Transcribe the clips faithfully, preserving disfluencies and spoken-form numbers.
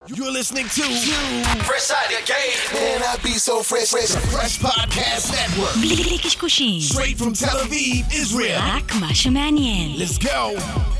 You're listening to Fresh Out of the Game. Man, I be so fresh, fresh, fresh podcast network. בלי קשקושים. Straight from Tel Aviv, Israel. רק מה שמעניין. Let's go.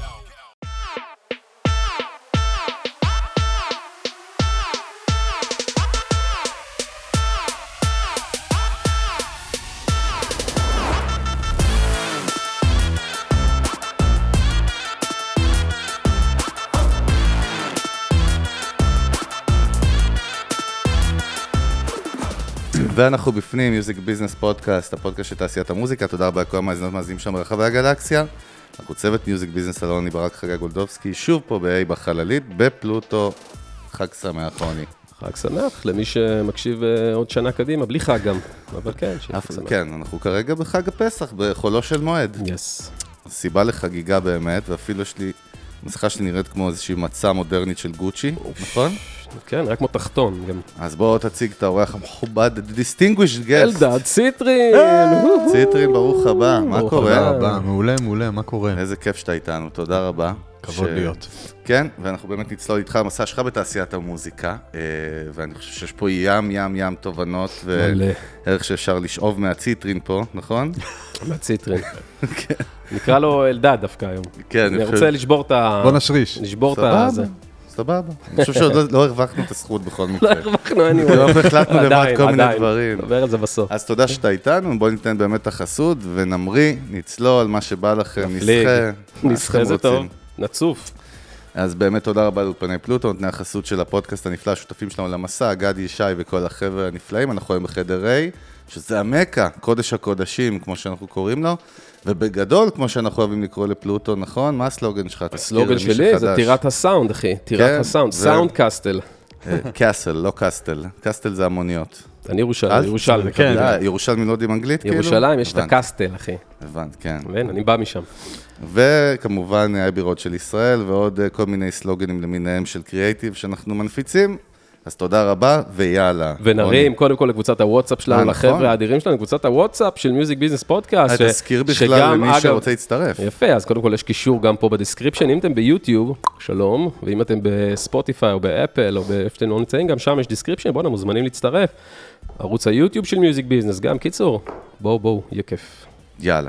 ואנחנו בפנים, מיוזיק ביזנס פודקאסט, הפודקאסט של תעשיית המוזיקה. תודה רבה לכל המאזינות מאזינים שם ברחבי הגלקסיה. אנחנו צוות מיוזיק ביזנס, אלוני ברק, חגי גולדובסקי, שוב פה ב-A בחללית, בפלוטו. חג שמח, רוני. חג שמח, למי שמקשיב עוד שנה קדימה, בלי חג גם, אבל כן, שיהיה חג שמח. כן, אנחנו כרגע בחג הפסח, בחולו של מועד. יס. סיבה לחגיגה באמת, ואפילו יש לי, המסכה שלי נראית כמו איזושהי מצע מודרנית של גוצ'י, נכון? כן, רק כמו תחתון גם. אז בואו תציג את האורח המכובד, the distinguished guest. אלדד ציטרין. ציטרין, ברוך הבא, מה קורה? ברוך הבא, מעולה, מעולה, מה קורה? איזה כיף שאתה איתנו, תודה רבה. כבוד להיות. כן, ואנחנו באמת נצלול איתך המסע שלך בתעשיית המוזיקה, ואני חושב שיש פה ים, ים, ים תובנות, וערך שאפשר לשאוב מהציטרין פה, נכון? מהציטרין. נקרא לו אלדד דווקא היום. כן. אני רוצה לשבור את ה... בוא נשריש. לשבור את זה. סבבה. אני חושב שעוד לא הרווחנו את הזכות בכל מקרה. לא הרווחנו, אני אומר. לא החלטנו לבד כל מיני דברים. נדבר על זה בסוף. אז תודה שאתה איתנו, בואו ניתן באמת את החסות, ונמריא, נצלול, מה שבא לכם, נסחה. נסחה זה טוב, נצוף. אז באמת תודה רבה לאולפני פלוטו, נותני החסות של הפודקאסט הנפלא, השותפים שלנו למסע, גדי, ישי וכל החבר'ה הנפלאים. אנחנו היום בחדר A, שזה המקה, קודש הקודשים, כמו שאנחנו קוראים לו. ובגדול, כמו שאנחנו אוהבים לקרוא לפלוטו, נכון? מה הסלוגן שלך? הסלוגן שלי זה טירת הסאונד, אחי. טירת הסאונד, סאונד קאסטל. קאסל, לא קאסטל. קאסטל זה המוניות. אני ירושלים, ירושלים. ירושלים לא יודעים אנגלית, כאילו? ירושלים, יש את הקאסטל, אחי. הבנת, כן. אני בא משם. וכמובן, האבירות של ישראל, ועוד כל מיני סלוגנים למיניהם של קריאייטיב שאנחנו מנפיצים. אז תודה רבה, ויאללה. ונרים, קודם כל לקבוצת הוואטסאפ שלנו, לחבר'ה האדירים שלנו, קבוצת הוואטסאפ של מיוזיק ביזנס פודקאסט. תזכיר בכלל למי שרוצה להצטרף. יפה, אז קודם כל יש קישור גם פה בדסקריפשן. אם אתם ביוטיוב, שלום, ואם אתם בספוטיפיי או באפל או באיפה שאתם לא נמצאים, גם שם יש דסקריפשן, בואו מוזמנים להצטרף. ערוץ היוטיוב של מיוזיק ביזנס, גם קיצור, בואו בואו, יהיה כיף. יאללה.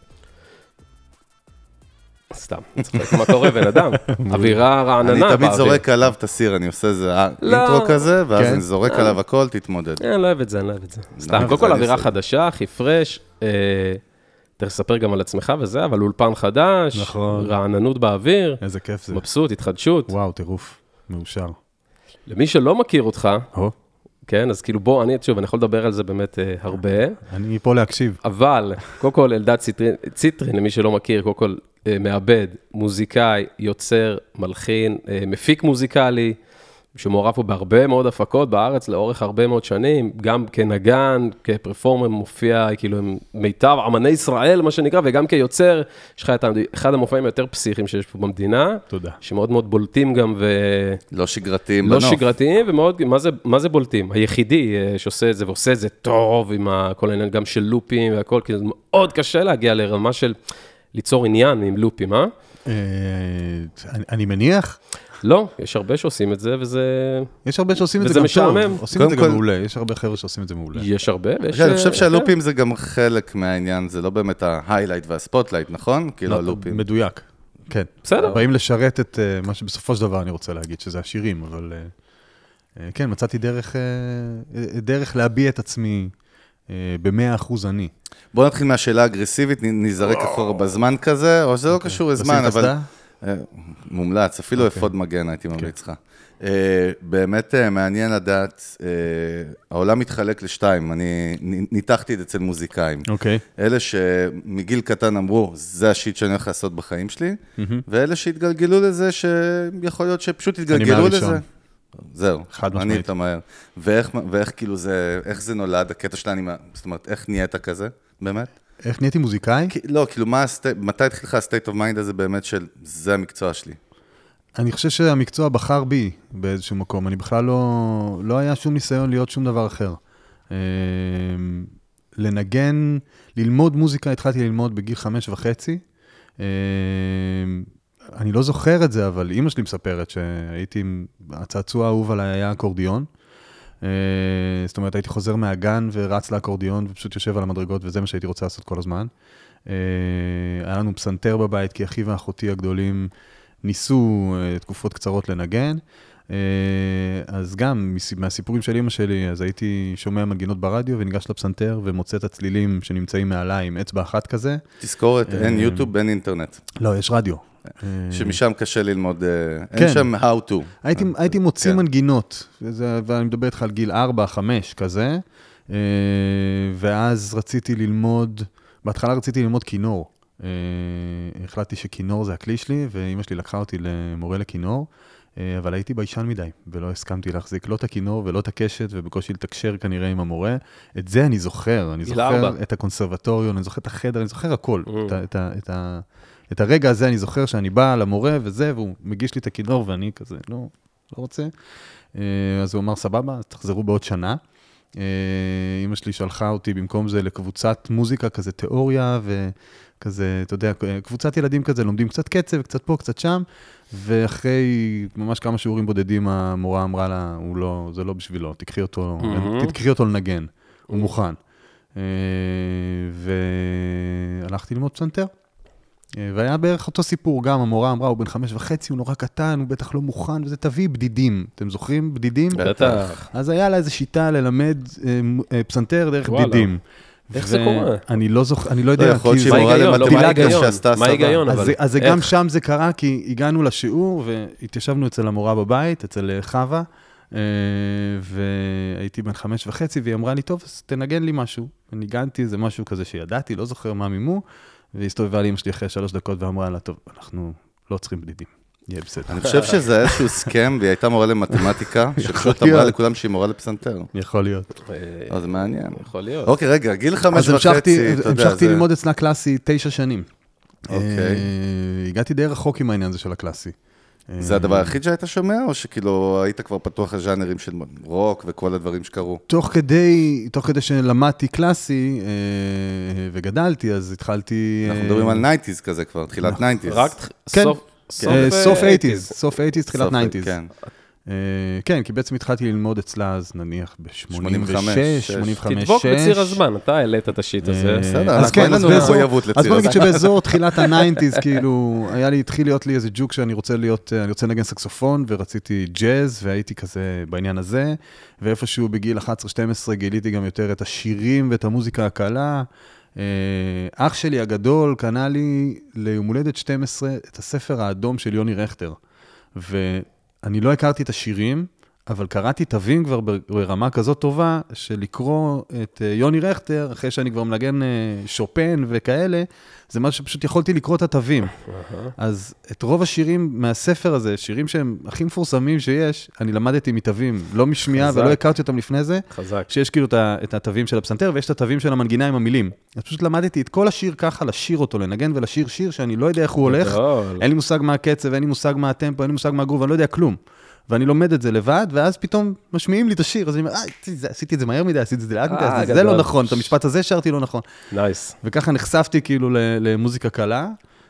סתם, צחק מה קורה בן אדם, אווירה רעננה באוויר. אני תמיד זורק עליו את הסיר, אני עושה איזה אינטרו כזה, ואז אני זורק עליו הכל, תתמודד. אני לא אוהב את זה, אני לא אוהב את זה. סתם, קודם כל אווירה חדשה, הכי פרש, תספר גם על עצמך וזה, אבל אולפן חדש, רעננות באוויר, איזה כיף זה. מבסוט, התחדשות. וואו, טירוף, מאושר. למי שלא מכיר אותך, כן, אז כאילו בוא, אני שוב, אני יכול לדבר על זה באמת הרבה. אני פה להקשיב. אבל, קודם כל, אלדד ציטרין, למי שלא מכיר, קודם כל, מעבד, מוזיקאי, יוצר, מלחין, מפיק מוזיקלי, שמעורב פה בהרבה מאוד הפקות בארץ, לאורך הרבה מאוד שנים, גם כנגן, כפרפורמר מופיע, כאילו, מיטב אמני ישראל, מה שנקרא, וגם כיוצר, יש לך את אחד המופעים היותר פסיכיים שיש פה במדינה. תודה. שמאוד מאוד בולטים גם ו... לא שגרתיים לא בנוף. לא שגרתיים, ומאוד, מה זה, מה זה בולטים? היחידי שעושה את זה, ועושה את זה טוב, עם כל העניין גם של לופים והכל, כי זה מאוד קשה להגיע לרמה של... ליצור עניין עם לופים, אה? אני מניח. לא, יש הרבה שעושים את זה, וזה... יש הרבה שעושים את זה גם טוב. עושים את זה גם מעולה, יש הרבה חבר'ה שעושים את זה מעולה. יש הרבה, ויש... אני חושב שהלופים זה גם חלק מהעניין, זה לא באמת ההיילייט והספוטלייט, נכון? כאילו הלופים. מדויק, כן. בסדר. באים לשרת את מה שבסופו של דבר אני רוצה להגיד, שזה השירים, אבל כן, מצאתי דרך להביע את עצמי במאה אחוז אני. בוא נתחיל מהשאלה האגרסיבית, נזרק אחורה בזמן כזה, או שזה לא קשור לזמן, אבל... מומלץ, אפילו אפוד מגן הייתי ממליץ לך. באמת מעניין לדעת, העולם מתחלק לשתיים, אני ניתחתי את זה אצל מוזיקאים. אלה שמגיל קטן אמרו, זה השיט שאני הולך לעשות בחיים שלי, ואלה שהתגלגלו לזה, שיכול להיות שפשוט התגלגלו לזה. זהו, אני איתה מהר. ואיך, ואיך כאילו זה, איך זה נולד, הקטע שלנו, זאת אומרת, איך נהיית כזה, באמת? איך נהייתי מוזיקאי? לא, כאילו, מה, מתי התחיל לך ה-state of mind הזה באמת של, זה המקצוע שלי? אני חושב שהמקצוע בחר בי באיזשהו מקום, אני בכלל לא, לא היה שום ניסיון להיות שום דבר אחר. לנגן, ללמוד מוזיקה, התחלתי ללמוד בגיל חמש וחצי, אני לא זוכר את זה, אבל אמא שלי מספרת שהייתי, הצעצוע האהוב עליי היה אקורדיון. זאת אומרת, הייתי חוזר מהגן ורץ לאקורדיון, ופשוט יושב על המדרגות, וזה מה שהייתי רוצה לעשות כל הזמן. היה לנו פסנתר בבית, כי אחי ואחותי הגדולים ניסו תקופות קצרות לנגן. אז גם מהסיפורים של אמא שלי, אז הייתי שומע מנגינות ברדיו וניגש לפסנתר ומוצא את הצלילים שנמצאים מעליי עם אצבע אחת כזה. תזכורת, אין יוטיוב, אין אינטרנט. לא, יש רדיו. שמשם קשה ללמוד, אין שם how to. הייתי מוציא מנגינות, ואני מדבר איתך על גיל ארבע, חמש כזה, ואז רציתי ללמוד, בהתחלה רציתי ללמוד כינור. החלטתי שכינור זה הכלי שלי, ואמא שלי לקחה אותי למורה לכינור, אבל הייתי ביישן מדי, ולא הסכמתי להחזיק לא את הכינור ולא את הקשת, ובקושי לתקשר כנראה עם המורה. את זה אני זוכר, אני זוכר את הקונסרבטוריון, אני זוכר את החדר, אני זוכר הכל. את, את, את, את הרגע הזה אני זוכר שאני בא למורה וזה, והוא מגיש לי את הכינור, ואני כזה, לא, לא רוצה. אז הוא אמר, סבבה, תחזרו בעוד שנה. אמא שלי שלחה אותי במקום זה לקבוצת מוזיקה, כזה תיאוריה, וכזה, אתה יודע, קבוצת ילדים כזה, לומדים קצת קצב, קצת פה, קצת שם, ואחרי ממש כמה שיעורים בודדים, המורה אמרה לה, הוא לא, זה לא בשבילו, תקחי אותו, תקחי אותו לנגן, הוא מוכן. והלכתי ללמוד פסנתר. והיה בערך אותו סיפור, גם המורה אמרה, הוא בן חמש וחצי, הוא נורא קטן, הוא בטח לא מוכן, וזה תביא בדידים. אתם זוכרים בדידים? בטח. אז היה לה איזו שיטה ללמד פסנתר דרך בדידים. איך זה קורה? אני לא זוכר, אני לא יודע. יכול להיות שהיא מורה למתמטיקה שעשתה סבבה. מה ההיגיון? אז גם שם זה קרה, כי הגענו לשיעור, והתיישבנו אצל המורה בבית, אצל חווה, והייתי בן חמש וחצי, והיא אמרה לי, טוב, אז תנגן לי משהו. וניגנתי איזה משהו כזה שידעתי, לא זוכר מה מימו, והסתובבה לי אמא שלי אחרי שלוש דקות, ואמרה לה, טוב, אנחנו לא צריכים בדידים. יהיה בסדר. אני חושב שזה איזשהו סכם, והיא הייתה מורה למתמטיקה, שפשוט אמרה לכולם שהיא מורה לפסנתר. יכול להיות. אז מעניין. יכול להיות. אוקיי, רגע, גיל חמש וחצי, אתה יודע. המשכתי ללמוד אצלה קלאסי תשע שנים. אוקיי. הגעתי די רחוק עם העניין הזה של הקלאסי. זה הדבר היחיד שהיית שומע, או שכאילו היית כבר פתוח לז'אנרים של רוק וכל הדברים שקרו? תוך כדי, תוך כדי שלמדתי קלאסי וגדלתי, אז התחלתי... אנחנו מדברים על ניינטיז כזה כבר, תחילת ניינטיז. רק סוף שמונים, סוף שמונים, תחילת תשעים. כן. כן, כי בעצם התחלתי ללמוד אצלה, אז נניח ב-שמונים ושש, שמונים וחמש, שש. תדבוק בציר הזמן, אתה העלית את השיט הזה. בסדר, אז כן, אז בוא נגיד שבאזור תחילת ה-תשעים, כאילו, היה לי, התחיל להיות לי איזה ג'וק שאני רוצה להיות, אני רוצה לנגן סקסופון, ורציתי ג'אז, והייתי כזה בעניין הזה, ואיפשהו בגיל אחת עשרה שתים עשרה גיליתי גם יותר את השירים ואת המוזיקה הקלה. אח שלי הגדול קנה לי ליום הולדת שתים עשרה את הספר האדום של יוני רכטר, ו... אני לא הכרתי את השירים, אבל קראתי תווים כבר ברמה כזאת טובה, של לקרוא את יוני רכטר, אחרי שאני כבר מנגן שופן וכאלה, זה משהו שפשוט יכולתי לקרוא את התווים. אז את רוב השירים מהספר הזה, שירים שהם הכי מפורסמים שיש, אני למדתי מתווים, לא משמיעה ולא הכרתי אותם לפני זה, חזק. שיש כאילו את התווים של הפסנתר, ויש את התווים של המנגינה עם המילים. אז פשוט למדתי את כל השיר ככה, לשיר אותו, לנגן ולשיר שיר, שאני לא יודע איך הוא הולך, אין לי מושג מה הקצב, אין לי מושג מה הטמפו, אין לי מושג מה הגרוב, אני לא יודע כלום. ואני לומד את זה לבד, ואז פתאום משמיעים לי את השיר, אז אני אומר, עשיתי את זה מהר מדי, עשיתי את זה לאט מדי, זה לא נכון, את המשפט הזה שרתי לא נכון. נייס. וככה נחשפתי כאילו למוזיקה קלה,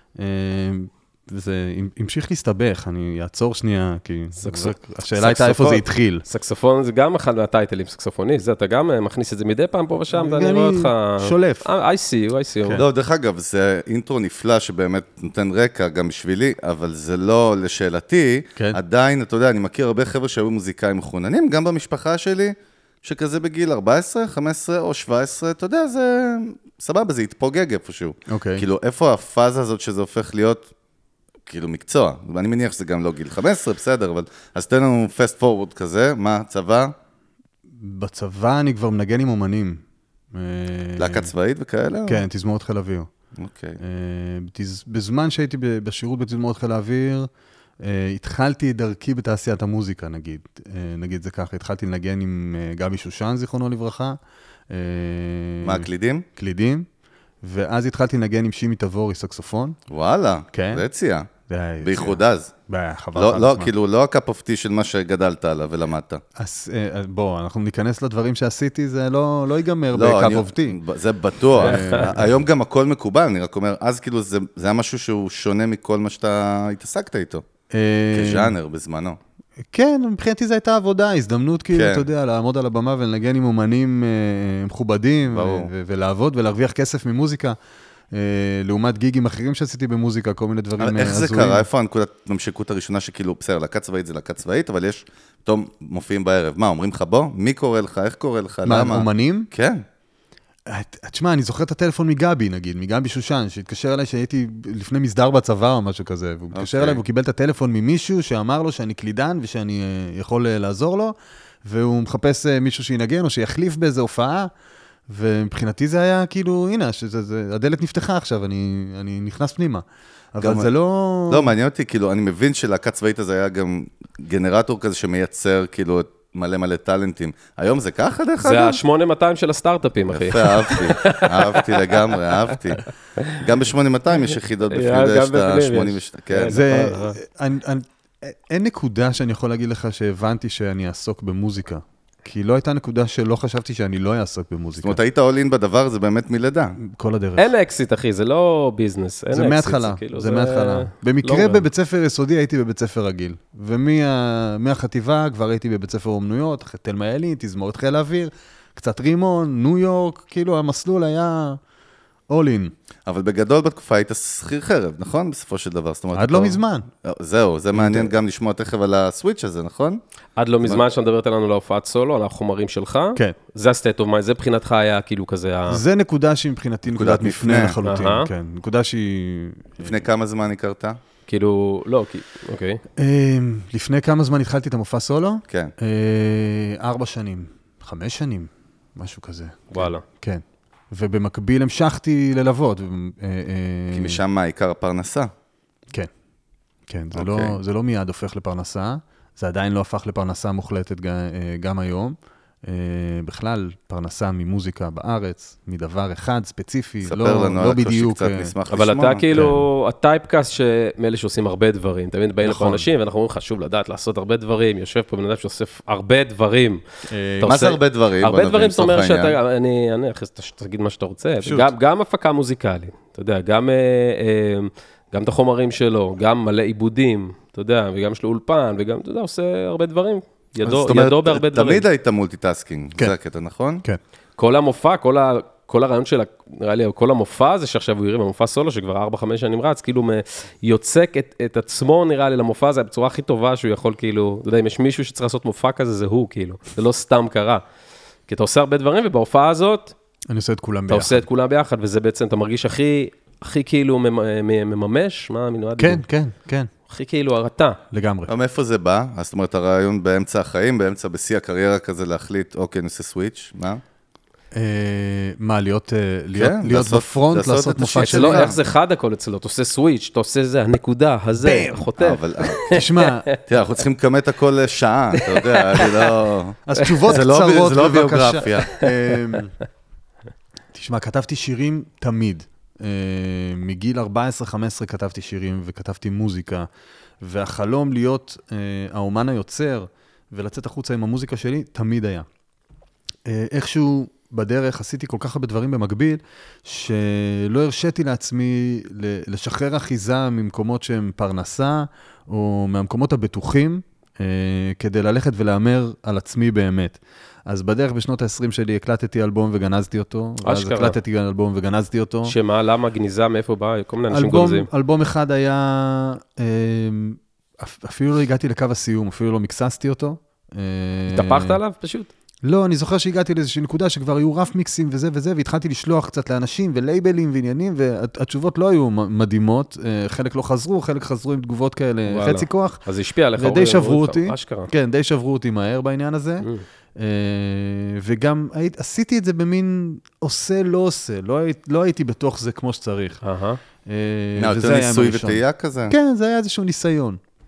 וזה המשיך להסתבך, אני אעצור שנייה, כי השאלה הייתה איפה זה התחיל. סקסופון זה גם אחד מהטייטלים, סקסופוניסט, זה אתה גם מכניס את זה מדי פעם פה ושם, ואני רואה אותך... שולף. I see you, I see you. לא, דרך אגב, זה אינטרו נפלא שבאמת נותן רקע גם בשבילי, אבל זה לא לשאלתי, עדיין, אתה יודע, אני מכיר הרבה חבר'ה שהיו מוזיקאים מחוננים, גם במשפחה שלי, שכזה בגיל ארבע עשרה, חמש עשרה או שבע עשרה, אתה יודע, זה סבבה, זה יתפוגג איפשהו. כאילו, איפה הפאזה הזאת שזה הופך להיות כאילו מקצוע, ואני מניח שזה גם לא גיל חמש עשרה, בסדר, אבל אז תן לנו פסט פורוורד כזה, מה, צבא? בצבא אני כבר מנגן עם אומנים. להקה צבאית וכאלה? כן, תזמורת חיל אוויר. אוקיי. בזמן שהייתי בשירות בתזמורת חיל האוויר, התחלתי דרכי בתעשיית המוזיקה, נגיד. נגיד זה ככה, התחלתי לנגן עם גבי שושן, זיכרונו לברכה. מה, קלידים? קלידים. ואז התחלתי לנגן עם שימי תבורי, סקסופון. וואלה, כן. זה הציע. בייחוד אז. לא, לא, כאילו, לא הקאפ אוף טי של מה שגדלת עליו ולמדת. אז בוא, אנחנו ניכנס לדברים שעשיתי, זה לא ייגמר בקאפ אוף טי. זה בטוח. היום גם הכל מקובל, אני רק אומר, אז כאילו זה היה משהו שהוא שונה מכל מה שאתה התעסקת איתו. כז'אנר בזמנו. כן, מבחינתי זו הייתה עבודה, הזדמנות כאילו, אתה יודע, לעמוד על הבמה ולנגן עם אומנים מכובדים, ולעבוד ולהרוויח כסף ממוזיקה. לעומת גיגים אחרים שעשיתי במוזיקה, כל מיני דברים הזויים. איך זה קרה? איפה הנקודת ממשקות הראשונה שכאילו, בסדר, להקה צבאית זה להקה צבאית, אבל יש, פתאום מופיעים בערב. מה, אומרים לך בוא? מי קורא לך? איך קורא לך? למה? מה, אומנים? כן. תשמע, אני זוכר את הטלפון מגבי, נגיד, מגבי שושן, שהתקשר אליי שהייתי לפני מסדר בצבא או משהו כזה, והוא התקשר אליי והוא קיבל את הטלפון ממישהו שאמר לו שאני קלידן ושאני יכול לעזור לו, והוא מחפש מישהו שינגן או שיחליף באיזו הופעה, ומבחינתי זה היה כאילו, הנה, הדלת נפתחה עכשיו, אני נכנס פנימה. אבל זה לא... לא, מעניין אותי, כאילו, אני מבין שלהקה צבאית הזה היה גם גנרטור כזה שמייצר, כאילו, מלא מלא טלנטים. היום זה ככה דרך אגב? זה ה-שמונה מאתיים של הסטארט-אפים, אחי. יפה, אהבתי. אהבתי לגמרי, אהבתי. גם ב-שמונה מאתיים יש יחידות בפרידה, יש את ה-שמונים ושתיים. כן. אין נקודה שאני יכול להגיד לך שהבנתי שאני אעסוק במוזיקה. כי לא הייתה נקודה שלא חשבתי שאני לא אעסוק במוזיקה. זאת אומרת, היית all in בדבר, זה באמת מלידה. כל הדרך. אין אקסיט, אחי, זה לא ביזנס. זה מההתחלה, זה מההתחלה. במקרה בבית ספר יסודי הייתי בבית ספר רגיל. ומהחטיבה כבר הייתי בבית ספר אומנויות, תלמה אלי, תזמורת חיל האוויר, קצת רימון, ניו יורק, כאילו המסלול היה all in. אבל בגדול בתקופה היית שכיר חרב, נכון? בסופו של דבר. עד לא מזמן. זהו, זה מעניין גם לשמוע תכף על הסוויץ' הזה, נכון? עד לא מזמן שאתה מדברת עלינו להופעת סולו, על החומרים שלך. כן. זה הסטייט אוף מיינד, זה מבחינתך היה כאילו כזה... זה נקודה שהיא מבחינתי נקודת מפנה לחלוטין. כן, נקודה שהיא... לפני כמה זמן הכרת? כאילו, לא, אוקיי. לפני כמה זמן התחלתי את המופע סולו? כן. ארבע שנים, חמש שנים, משהו כזה. וואלה. כן. ובמקביל המשכתי ללוות. כי משם מה, עיקר הפרנסה? כן, כן, זה לא, זה לא מיד הופך לפרנסה, זה עדיין לא הפך לפרנסה מוחלטת גם היום. בכלל, פרנסה ממוזיקה בארץ, מדבר אחד ספציפי, לא, לא בדיוק. אבל אתה כאילו, הטייפקאסט שמאלה שעושים הרבה דברים, תמיד באים לפה אנשים, ואנחנו אומרים חשוב לדעת לעשות הרבה דברים, יושב פה בן אדם שאוסף הרבה דברים. מה זה הרבה דברים? הרבה דברים, זאת אומרת שאתה, אני אענה, אחרי תגיד מה שאתה רוצה, גם הפקה מוזיקלית, אתה יודע, גם את החומרים שלו, גם מלא עיבודים, אתה יודע, וגם יש לו אולפן, וגם, אתה יודע, עושה הרבה דברים. ידו, ידו בהרבה דברים. תמיד היית מולטיטאסקינג, זה הקטע, נכון? כן. כל המופע, כל, ה, כל הרעיון של, נראה לי, כל המופע הזה שעכשיו הוא יראה במופע סולו, שכבר ארבע חמש שנים רץ, כאילו יוצק את, את עצמו, נראה לי, למופע הזה, בצורה הכי טובה שהוא יכול, כאילו, אתה יודע, אם יש מישהו שצריך לעשות מופע כזה, זה הוא, כאילו. זה לא סתם קרה. כי אתה עושה הרבה דברים, ובהופעה הזאת, אני עושה את כולם ביחד. אתה עושה את כולם ביחד, וזה בעצם, אתה מרגיש הכי, הכי כאילו מממש, מה, מנועד? כן, כן, כן. הכי כאילו הרתה. לגמרי. אבל מאיפה זה בא? זאת אומרת, הרעיון באמצע החיים, באמצע, בשיא הקריירה כזה להחליט, אוקיי, אני עושה סוויץ', מה? מה, להיות בפרונט, לעשות מופע שלו? איך זה חד הכל אצלו? אתה עושה סוויץ', אתה עושה זה, הנקודה, הזה, חוטף. תשמע, תראה, אנחנו צריכים לקמת הכל שעה, אתה יודע, אני לא... אז תשובות קצרות, זה לא ביוגרפיה. תשמע, כתבתי שירים תמיד. מגיל ארבע עשרה חמש עשרה כתבתי שירים וכתבתי מוזיקה, והחלום להיות האומן היוצר ולצאת החוצה עם המוזיקה שלי תמיד היה. איכשהו בדרך עשיתי כל כך הרבה דברים במקביל, שלא הרשיתי לעצמי לשחרר אחיזה ממקומות שהם פרנסה, או מהמקומות הבטוחים, כדי ללכת ולאמר על עצמי באמת. אז בדרך בשנות ה-עשרים שלי הקלטתי אלבום וגנזתי אותו, ואז הקלטתי אלבום וגנזתי אותו. שמה, למה גניזה, מאיפה בא? כל מיני אנשים גונזים. אלבום אחד היה, אפילו לא הגעתי לקו הסיום, אפילו לא מקססתי אותו. התהפכת עליו פשוט? לא, אני זוכר שהגעתי לאיזושהי נקודה שכבר היו רף מיקסים וזה וזה, והתחלתי לשלוח קצת לאנשים ולייבלים ועניינים, והתשובות לא היו מדהימות, חלק לא חזרו, חלק חזרו עם תגובות כאלה, חצי כוח. אז השפיע עליך. ודי שברו אותי. כן, די שברו אותי מהר בעניין הזה. וגם עשיתי את זה במין עושה, לא עושה. לא הייתי בתוך זה כמו שצריך. זה ניסוי וטעייה כזה? כן, זה היה איזשהו ניסיון.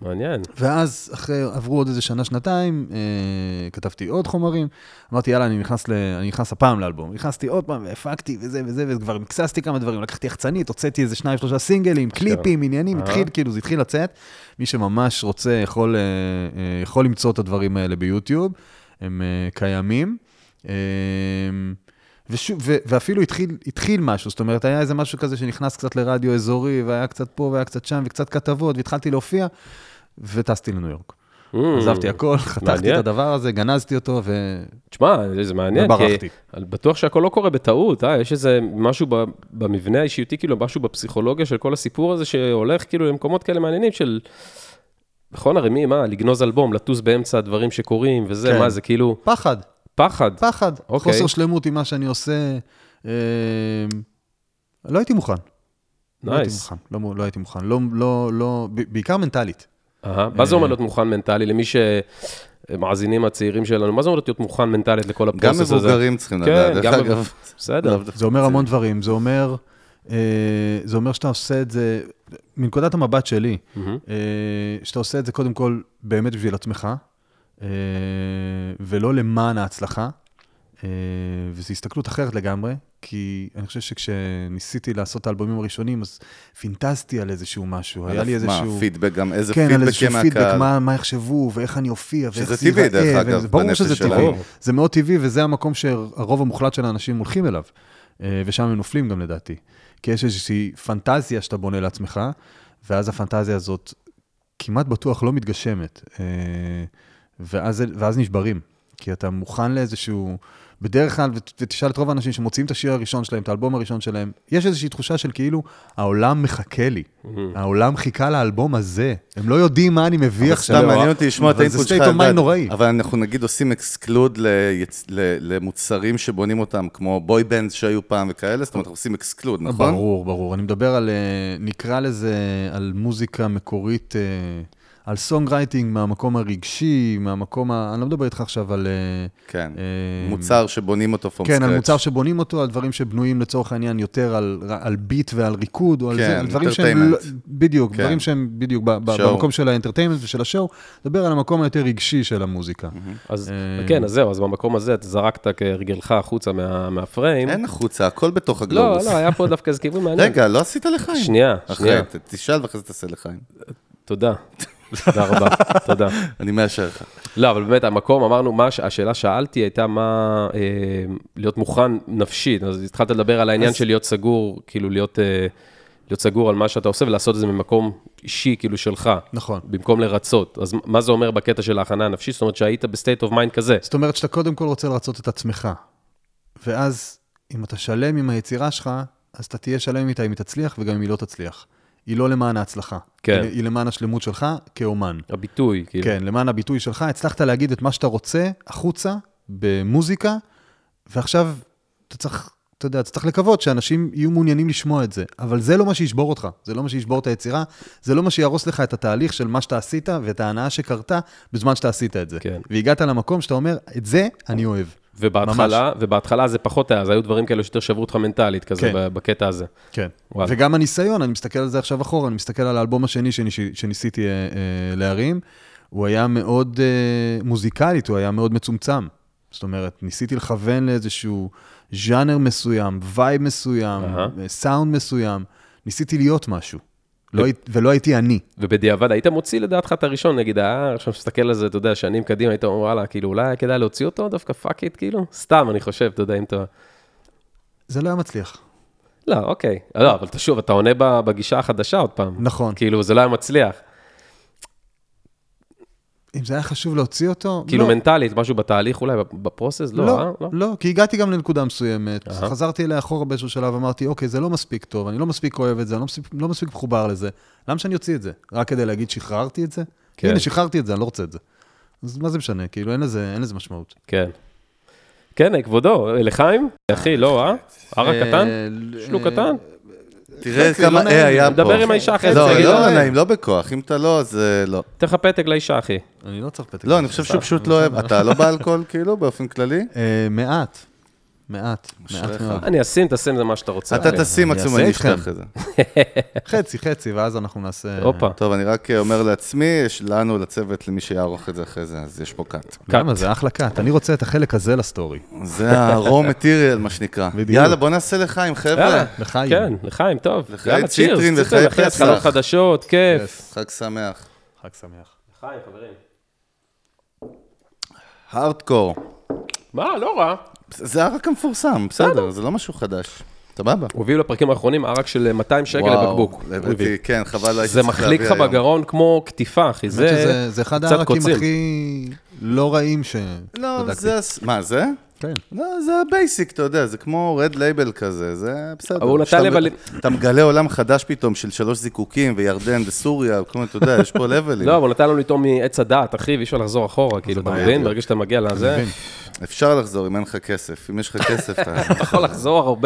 מעניין. ואז אחרי, עברו עוד איזה שנה, שנתיים, אה, כתבתי עוד חומרים, אמרתי, יאללה, אני נכנס, ל, אני נכנס הפעם לאלבום. נכנסתי עוד פעם, והפקתי וזה וזה, וכבר מקססתי כמה דברים, לקחתי יחצנית, הוצאתי איזה שניים, שלושה סינגלים, קליפים, עניינים, התחיל, כאילו, זה התחיל לצאת. מי שממש רוצה, יכול, אה, יכול למצוא את הדברים האלה ביוטיוב, הם אה, קיימים. אה, ושוב, ו- ואפילו התחיל, התחיל משהו, זאת אומרת, היה איזה משהו כזה שנכנס קצת לרדיו אזורי, והיה קצת פה והיה קצת שם, וקצת כתבות, והתחלתי להופיע, וטסתי לניו יורק. Mm, עזבתי הכל, חתכתי את הדבר הזה, גנזתי אותו, ו... תשמע, זה מעניין, וברחתי. כי בטוח שהכל לא קורה בטעות, אה? יש איזה משהו במבנה האישיותי, כאילו, משהו בפסיכולוגיה של כל הסיפור הזה, שהולך כאילו למקומות כאלה מעניינים של... נכון, הרי מי, מה? לגנוז אלבום, לטוס באמצע הדברים שקורים, וזה, כן. מה, זה כאילו... פחד. פחד. פחד. Okay. חוסר שלמות עם מה שאני עושה. אה, לא הייתי מוכן. Nice. לא הייתי מוכן. לא, לא הייתי מוכן. לא, לא, לא, בעיקר מנטלית. אה, מה זה אומר להיות מוכן מנטלי? למי שמאזינים הצעירים שלנו, מה זה אומר להיות מוכן מנטלית לכל הפרוסס הזה? גם מבוגרים צריכים לדעת. כן, גם מבוגרים. בסדר. זה אומר המון דברים. זה אומר, אה, זה אומר שאתה עושה את זה, מנקודת המבט שלי, mm-hmm. אה, שאתה עושה את זה קודם כל באמת בשביל עצמך, ולא למען ההצלחה, וזו הסתכלות אחרת לגמרי, כי אני חושב שכשניסיתי לעשות את האלבומים הראשונים, אז פינטזתי על איזשהו משהו, היה לי איזשהו... מה, פידבק, גם איזה פידבק מהקהל. כן, על איזשהו פידבק, מה יחשבו, ואיך אני אופיע, ואיך זה ייראה. שזה טבעי, דרך אגב, ברור שזה טבעי, זה מאוד טבעי, וזה המקום שהרוב המוחלט של האנשים הולכים אליו, ושם הם נופלים גם לדעתי, כי יש איזושהי פנטזיה שאתה בונה לעצמך, ואז הפנטזיה הזאת כמעט בטוח לא מתגשמת, ואז, ואז נשברים, כי אתה מוכן לאיזשהו, בדרך כלל, ותשאל את רוב האנשים שמוציאים את השיר הראשון שלהם, את האלבום הראשון שלהם, יש איזושהי תחושה של כאילו, העולם מחכה לי, העולם חיכה לאלבום הזה, הם לא יודעים מה אני מביא עכשיו. סתם מעניין אותי לשמוע את האינפוט שלך, אבל אנחנו נגיד עושים אקסקלוד למוצרים שבונים אותם, כמו בוי בנד שהיו פעם וכאלה, זאת אומרת, אנחנו עושים אקסקלוד, נכון? ברור, ברור, אני מדבר על, נקרא לזה, על מוזיקה מקורית, על סונג-רייטינג מהמקום הרגשי, מהמקום ה... אני לא מדבר איתך עכשיו על... כן, אה, מוצר שבונים אותו from כן, scratch. על מוצר שבונים אותו, על דברים שבנויים לצורך העניין יותר על, על ביט ועל ריקוד, או על, כן, זה, על דברים שהם... לא, בדיוק, כן. דברים שהם בדיוק ב, ב, במקום של האנטרטיימנט ושל השואו, דבר על המקום היותר רגשי של המוזיקה. אז אה... כן, אז זהו, אז במקום הזה אתה זרקת כרגלך החוצה מה, מהפריים. אין החוצה, הכל בתוך הגלובוס. לא, לא, היה פה דווקא איזה כיוון מעניין. רגע, לא עשית לחיים. שנייה, שנייה. תשאל ואחרי זה תעשה לחיים. תודה. תודה רבה, תודה. אני מאשר לך. לא, אבל באמת, המקום, אמרנו, השאלה שאלתי הייתה מה, להיות מוכן נפשית, אז התחלת לדבר על העניין של להיות סגור, כאילו להיות סגור על מה שאתה עושה, ולעשות את זה ממקום אישי, כאילו שלך. נכון. במקום לרצות. אז מה זה אומר בקטע של ההכנה הנפשית? זאת אומרת שהיית בסטייט אוף מיינד כזה. זאת אומרת שאתה קודם כל רוצה לרצות את עצמך, ואז אם אתה שלם עם היצירה שלך, אז אתה תהיה שלם איתה אם היא תצליח, וגם אם היא לא תצליח. היא לא למען ההצלחה. כן. היא, היא למען השלמות שלך כאומן. הביטוי, כאילו. כן, למען הביטוי שלך. הצלחת להגיד את מה שאתה רוצה, החוצה, במוזיקה, ועכשיו אתה צריך, אתה יודע, אתה צריך לקוות שאנשים יהיו מעוניינים לשמוע את זה. אבל זה לא מה שישבור אותך. זה לא מה שישבור את היצירה. זה לא מה שירוס לך את התהליך של מה שאתה עשית, ואת ההנאה שקרתה בזמן שאתה עשית את זה. כן. והגעת למקום שאתה אומר, את זה אני אוהב. ובהתחלה, ובהתחלה זה פחות היה, זה היו דברים כאלה שיותר שברו אותך מנטלית, כזה, כן. בקטע הזה. כן. וואלה. וגם הניסיון, אני מסתכל על זה עכשיו אחורה, אני מסתכל על האלבום השני שניס, שניסיתי אה, אה, להרים, הוא היה מאוד אה, מוזיקלית, הוא היה מאוד מצומצם. זאת אומרת, ניסיתי לכוון לאיזשהו ז'אנר מסוים, וייב מסוים, uh-huh. סאונד מסוים, ניסיתי להיות משהו. לא, ולא הייתי אני. ובדיעבד, היית מוציא לדעתך את הראשון, נגיד, אה, עכשיו מסתכל על זה, אתה יודע, שנים קדימה, היית אומר, וואלה, כאילו, אולי היה כדאי להוציא אותו, דווקא פאק איט, כאילו? סתם, אני חושב, אתה יודע, אם אתה... זה לא היה מצליח. לא, אוקיי. לא, אבל שוב, אתה עונה בגישה החדשה עוד פעם. נכון. כאילו, זה לא היה מצליח. אם זה היה חשוב להוציא אותו... כאילו מנטלית, משהו בתהליך אולי, בפרוסס? לא, לא, לא, כי הגעתי גם לנקודה מסוימת. חזרתי אליה אחורה באיזשהו שלב, אמרתי, אוקיי, זה לא מספיק טוב, אני לא מספיק אוהב את זה, אני לא מספיק מחובר לזה. למה שאני אוציא את זה? רק כדי להגיד, שחררתי את זה? הנה, שחררתי את זה, אני לא רוצה את זה. אז מה זה משנה? כאילו, אין לזה משמעות. כן. כן, כבודו, לחיים? אחי, לא, אה? ערה קטן? שלו קטן? תראה כמה אה היה פה. דבר עם האישה אחרי. לא, לא נעים, לא בכוח. אם אתה לא, אז לא. תן לך פתק לאישה, אחי. אני לא צריך פתק. לא, אני חושב שהוא פשוט לא אוהב. אתה לא באלכוהול, כאילו, באופן כללי? מעט. מעט, מעט מאוד. אני אשים, תשים זה מה שאתה רוצה. אתה תשים מקסימום, אני אשכח את זה. חצי, חצי, ואז אנחנו נעשה... הופה. טוב, אני רק אומר לעצמי, יש לנו לצוות, למי שיערוך את זה אחרי זה, אז יש פה קאט. למה? זה אחלה קאט. אני רוצה את החלק הזה לסטורי. זה ה-raw material, מה שנקרא. יאללה, בוא נעשה לחיים, חבר'ה. לחיים. כן, לחיים, טוב. לחיים ציטרין וחיי פסח. התחלות חדשות, כיף. חג שמח. חג שמח. לחיים, חברים. הארדקור. מה, לא רע. זה הרק המפורסם, בסדר, זה לא משהו חדש. סבבה. הוא הביא לפרקים האחרונים ערק של מאתיים שקל לבקבוק. כן, חבל, לא זה מחליק לך בגרון כמו כתיפה, אחי. זה אחד הערקים הכי לא רעים שבדקתי. לא, זה... מה, זה? כן. לא, זה הבייסיק, אתה יודע, זה כמו רד לייבל כזה, זה בסדר. הוא נתן לב... אתה מגלה עולם חדש פתאום של שלוש זיקוקים, וירדן וסוריה, כמו אתה יודע, יש פה לבלים. לא, אבל נתן לנו איתו מעץ הדעת, אחי, ואי אפשר לחזור אחורה, כאילו, אתה מבין? ברגע שאתה מגיע לזה... אפשר לחזור, אם אין לך כסף. אם יש לך כסף, אתה... אתה יכול לחזור הרבה.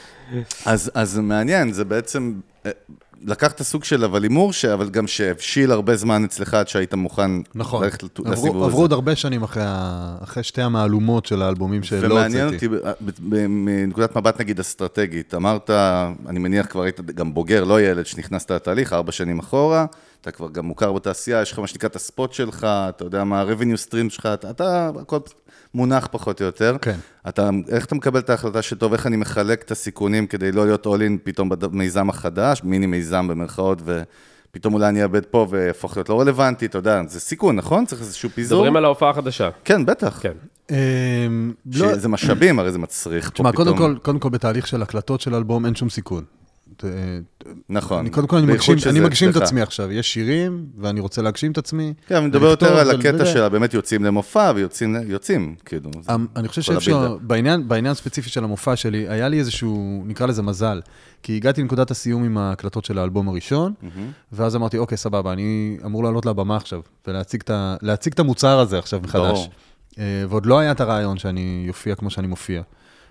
אז מעניין, זה בעצם... לקחת סוג של אבל אימור, אבל גם שהבשיל הרבה זמן אצלך עד שהיית מוכן נכון. ללכת לסיבוב הזה. עברו עוד הרבה שנים אחרי, אחרי שתי המעלומות של האלבומים שלא הוצאתי. ומעניין אותי, מנקודת מבט נגיד אסטרטגית, אמרת, אני מניח כבר היית גם בוגר, לא ילד שנכנסת לתהליך, ארבע שנים אחורה, אתה כבר גם מוכר בתעשייה, יש לך מה שנקרא את הספוט שלך, אתה יודע מה ה-revenue stream שלך, אתה, הכל מונח פחות או יותר. כן. אתה, איך אתה מקבל את ההחלטה שטוב, איך אני מחלק את הסיכונים כדי לא להיות all in פתאום במיזם החדש, מיני מיזם במרכאות, ופתאום אולי אני אאבד פה והפוך להיות לא רלוונטי, אתה יודע, זה סיכון, נכון? צריך איזשהו פיזור. מדברים על ההופעה החדשה. כן, בטח. כן. זה משאבים, הרי זה מצריך פה פתאום. קודם כל, בתהליך של הקלטות של אלבום אין שום סיכון. נכון. קודם כל, אני מגשים את עצמי עכשיו. יש שירים, ואני רוצה להגשים את עצמי. כן, אני מדבר יותר על הקטע שלה, באמת יוצאים למופע, ויוצאים, כאילו. אני חושב שאפשר, בעניין ספציפי של המופע שלי, היה לי איזשהו, נקרא לזה מזל, כי הגעתי לנקודת הסיום עם ההקלטות של האלבום הראשון, ואז אמרתי, אוקיי, סבבה, אני אמור לעלות לבמה עכשיו, ולהציג את המוצר הזה עכשיו מחדש. ועוד לא היה את הרעיון שאני יופיע כמו שאני מופיע.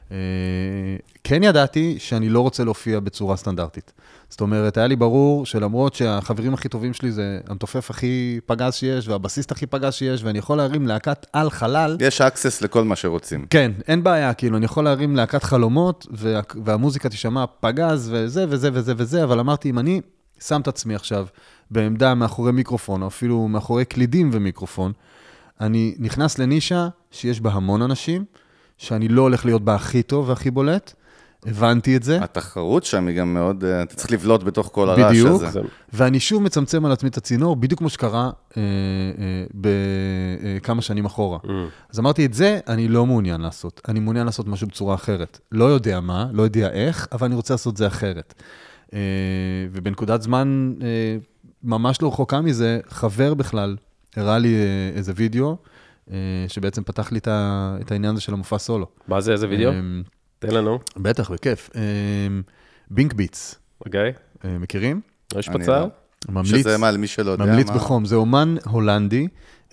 כן ידעתי שאני לא רוצה להופיע בצורה סטנדרטית. זאת אומרת, היה לי ברור שלמרות שהחברים הכי טובים שלי זה המתופף הכי פגז שיש, והבסיסט הכי פגז שיש, ואני יכול להרים להקת על חלל. יש אקסס לכל מה שרוצים. כן, אין בעיה, כאילו, אני יכול להרים להקת חלומות, וה, והמוזיקה תשמע פגז, וזה וזה וזה וזה, אבל אמרתי, אם אני שם את עצמי עכשיו בעמדה מאחורי מיקרופון, או אפילו מאחורי קלידים ומיקרופון, אני נכנס לנישה שיש בה המון אנשים, שאני לא הולך להיות בה הכי טוב והכי בולט, הבנתי את זה. התחרות שם היא גם מאוד, אתה צריך לבלוט בתוך כל הרעש הזה. בדיוק, ואני שוב מצמצם על עצמי את הצינור, בדיוק כמו שקרה אה, אה, בכמה שנים אחורה. Mm. אז אמרתי, את זה אני לא מעוניין לעשות. אני מעוניין לעשות משהו בצורה אחרת. לא יודע מה, לא יודע איך, אבל אני רוצה לעשות זה אחרת. אה, ובנקודת זמן, אה, ממש לא רחוקה מזה, חבר בכלל, הראה לי אה, איזה וידאו, שבעצם פתח לי את העניין הזה של המופע סולו. מה זה, איזה וידאו? תן לנו. בטח, בכיף. בינק ביטס. אוקיי. מכירים? יש פצע? שזה מה, למי שלא יודע. ממליץ בחום. זה אומן הולנדי,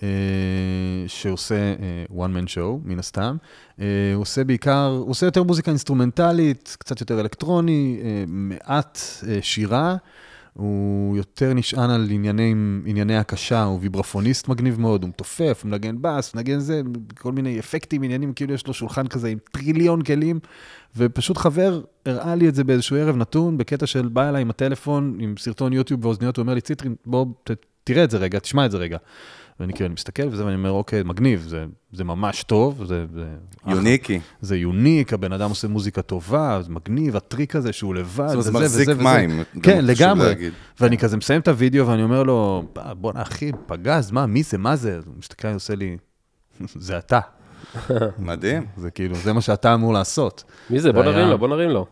שעושה one man show, מן הסתם. הוא עושה בעיקר, הוא עושה יותר מוזיקה אינסטרומנטלית, קצת יותר אלקטרוני, מעט שירה. הוא יותר נשען על ענייני, ענייני הקשה, הוא ויברפוניסט מגניב מאוד, הוא מתופף, הוא מנגן בס, הוא מנגן זה, כל מיני אפקטים, עניינים, כאילו יש לו שולחן כזה עם טריליון כלים, ופשוט חבר הראה לי את זה באיזשהו ערב נתון, בקטע של בא אליי עם הטלפון, עם סרטון יוטיוב ואוזניות, הוא אומר לי, ציטרין, בוא, ת, תראה את זה רגע, תשמע את זה רגע. ואני כאילו, אני מסתכל וזה, ואני אומר, אוקיי, מגניב, זה, זה ממש טוב, זה, זה יוניקי. זה יוניק, הבן אדם עושה מוזיקה טובה, זה מגניב, הטריק הזה שהוא לבד, זה מחזיק מים. כן, לגמרי. ואני כזה מסיים את הוידאו, ואני אומר לו, בוא נאחי, פגז, מה, מי זה, מה זה? הוא מסתכל, עושה לי, זה אתה. מדהים. זה כאילו, זה מה שאתה אמור לעשות. מי זה? בוא נרים לו, בוא נרים לו.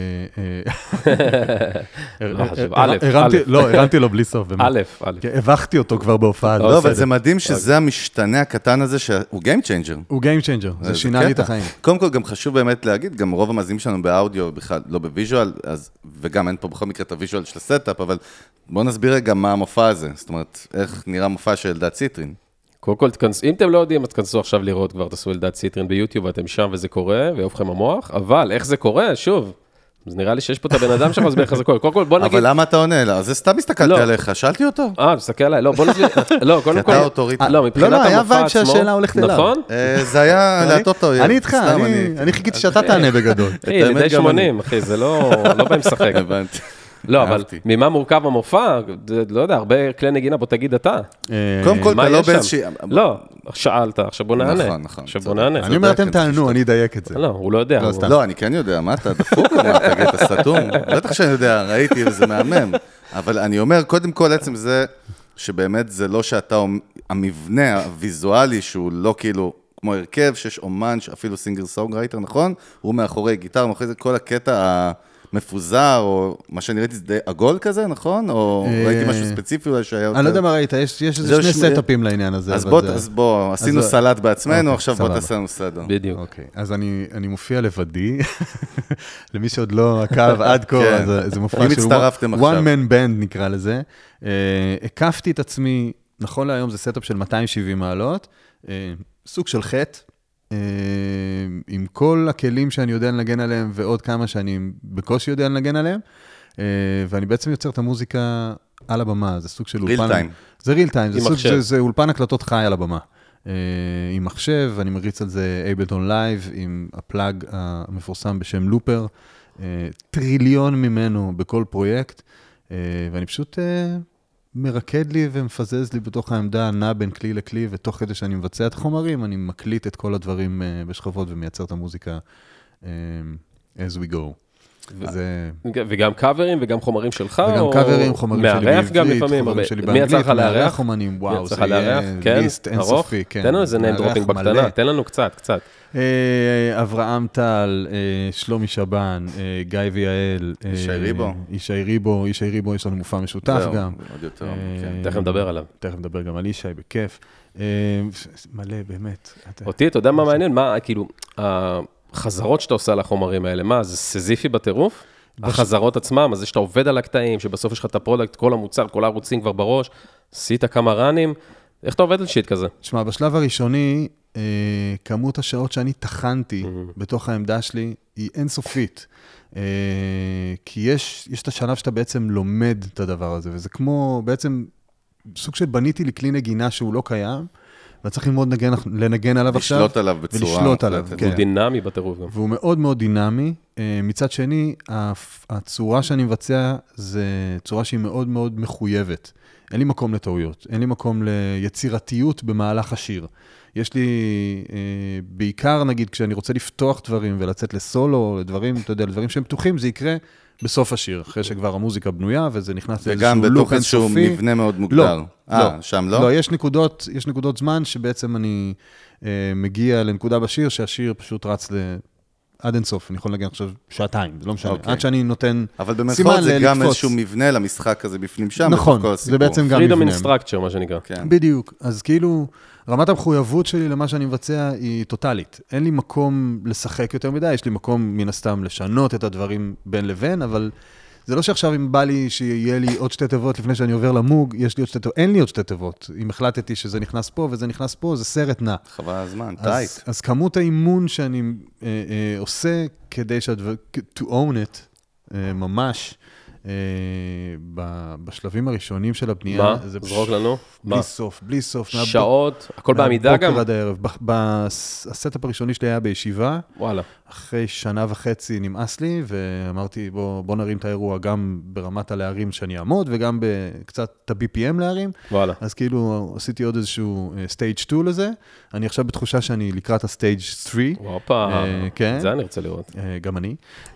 לא, הרמתי לו בלי סוף. א', א'. הבכתי אותו כבר בהופעה. לא, אבל זה מדהים שזה המשתנה הקטן הזה, שהוא Game Changer. הוא Game Changer, זה שינה לי את החיים. קודם כל, גם חשוב באמת להגיד, גם רוב המאזינים שלנו באודיו, בכלל לא בוויז'ואל, וגם אין פה בכל מקרה את הוויז'ואל של הסטאפ, אבל בואו נסביר רגע מה המופע הזה. זאת אומרת, איך נראה מופע של אלדד ציטרין. קודם כל, אם אתם לא יודעים, אז תכנסו עכשיו לראות כבר, תעשו אלדד ציטרין ביוטיוב, ואתם שם וזה קורה, ויופכם המוח, אבל איך זה קורה? שוב, אז נראה לי שיש פה את הבן אדם שמסביר לך זה כל. קודם כל, בוא נגיד... אבל למה אתה עונה לה? אז סתם הסתכלתי עליך, שאלתי אותו. אה, מסתכל עליי. לא, בוא נגיד... לא, קודם כל... אתה אוטוריטה. לא, מבחינת המופע עצמו... לא, לא, היה וייב שהשאלה הולכת אליו. נכון? זה היה להטוטו. אני איתך, אני חיכיתי שאתה תענה בגדול. אחי, אני די שמונים, אחי, זה לא בא משחק. הבנתי. לא, אבל ממה מורכב המופע? לא יודע, הרבה כלי נגינה, בוא תגיד אתה. קודם כל, אתה לא באיזושהי... לא, שאלת, עכשיו בוא נענה. נכון, נכון. עכשיו בוא נענה. אני אומר, אתם תענו, אני אדייק את זה. לא, הוא לא יודע. לא, אני כן יודע, מה אתה דפוק? מה, תגיד, אתה סתום? בטח שאני יודע, ראיתי וזה מהמם. אבל אני אומר, קודם כל, עצם זה, שבאמת זה לא שאתה, המבנה הוויזואלי, שהוא לא כאילו, כמו הרכב, שיש אומן, אפילו סינגר סונגרייטר, נכון? הוא מאחורי גיטר, מאחורי זה כל הקטע מפוזר, או מה שאני ראיתי, זה די עגול כזה, נכון? או ראיתי משהו ספציפי אולי שהיה יותר... אני לא יודע מה ראית, יש איזה שני סטאפים לעניין הזה. אז בוא, עשינו סלט בעצמנו, עכשיו בוא תעשה לנו סדר. בדיוק. אוקיי, אז אני מופיע לבדי, למי שעוד לא עקב עד כה, זה מופע של one man band נקרא לזה. הקפתי את עצמי, נכון להיום זה סטאפ של מאתיים ושבעים מעלות, סוג של חטא, עם כל הכלים שאני יודע לנגן עליהם, ועוד כמה שאני בקושי יודע לנגן עליהם, ואני בעצם יוצר את המוזיקה על הבמה, זה סוג של אולפן... ריל טיים. זה ריל טיים, זה אולפן הקלטות חי על הבמה. עם מחשב, אני מריץ על זה Ableton Live, עם הפלאג המפורסם בשם לופר, טריליון ממנו בכל פרויקט, ואני פשוט... מרקד לי ומפזז לי בתוך העמדה, נע בין כלי לכלי, ותוך כדי שאני מבצע את החומרים, אני מקליט את כל הדברים בשכבות ומייצר את המוזיקה as we go. וגם קאברים וגם חומרים שלך? וגם קאברים, חומרים שלי בעברית, מארח גם לפעמים? מי יצא לך לארח? אומנים, וואו, זה יהיה ליסט אינסופי. תן לנו איזה name dropping בקטנה, תן לנו קצת, קצת. אברהם טל, שלומי שבן, גיא ויעל. ישי ריבו. ישי ריבו, ישי ריבו, יש לנו מופע משותף גם. עוד יותר. תכף נדבר עליו. תכף נדבר גם על ישי, בכיף. מלא, באמת. אותי, אתה יודע מה מעניין? מה, כאילו, החזרות שאתה עושה על החומרים האלה, מה, זה סזיפי בטירוף? החזרות עצמם, אז זה שאתה עובד על הקטעים, שבסוף יש לך את הפרודקט, כל המוצר, כל הערוצים כבר בראש, עשית כמה ראנים, איך אתה עובד על שיט כזה? תשמע, בשלב הראשוני, כמות השעות שאני תחנתי בתוך העמדה שלי, היא אינסופית. כי יש, יש את השלב שאתה בעצם לומד את הדבר הזה, וזה כמו, בעצם, סוג של בניתי לי כלי נגינה שהוא לא קיים, ואתה צריך ללמוד לנגן, לנגן עליו עכשיו. לשלוט עליו בצורה. ולשלוט עליו, כן. הוא דינמי בטירוף גם. והוא מאוד מאוד דינמי. מצד שני, הצורה שאני מבצע, זה צורה שהיא מאוד מאוד מחויבת. אין לי מקום לטעויות, אין לי מקום ליצירתיות במהלך השיר. יש לי, בעיקר נגיד, כשאני רוצה לפתוח דברים ולצאת לסולו, לדברים, אתה יודע, לדברים שהם פתוחים, זה יקרה בסוף השיר, אחרי שכבר המוזיקה בנויה, וזה נכנס לאיזשהו לופ אינסופי. וגם בתוך איזשהו מבנה מאוד מוגדר. לא, אה, שם לא? לא, יש נקודות, יש נקודות זמן שבעצם אני אה, מגיע לנקודה בשיר, שהשיר פשוט רץ ל... עד אינסוף, אני יכול לנגן עכשיו שעתיים, זה לא משנה, אוקיי. עד שאני נותן אבל במרכאות זה גם איזשהו מבנה למשחק הזה בפנים שם, נכון, זה בעצם גם מבנה. freedom in structure, מה שנקרא. כן. בדיוק, אז כאילו, רמת המחויבות שלי למה שאני מבצע היא טוטלית. אין לי מקום לשחק יותר מדי, יש לי מקום מן הסתם לשנות את הדברים בין לבין, אבל זה לא שעכשיו אם בא לי שיהיה לי עוד שתי תיבות לפני שאני עובר למוג, יש לי עוד שתי תיבות, אין לי עוד שתי תיבות. אם החלטתי שזה נכנס פה וזה נכנס פה, זה סרט נע. חבל הזמן, אז, טייט. אז כמות האימון שאני אה, אה, עושה כדי שהדבר, to own it, אה, ממש, אה, ב, בשלבים הראשונים של הבנייה. מה? זה זרוק לנו? בלי מה? סוף, בלי סוף. שעות, הכל בעמידה גם? מהבוקר עד הערב. הסטאפ הראשוני שלי היה בישיבה. וואלה. אחרי שנה וחצי נמאס לי, ואמרתי, בוא, בוא נרים את האירוע גם ברמת הלהרים שאני אעמוד, וגם קצת את ה-בי פי אם להרים. וואלה. אז כאילו עשיתי עוד איזשהו סטייג' שתיים לזה. אני עכשיו בתחושה שאני לקראת הסטייג' שלוש. וואפה, כן. זה אני רוצה לראות. גם אני.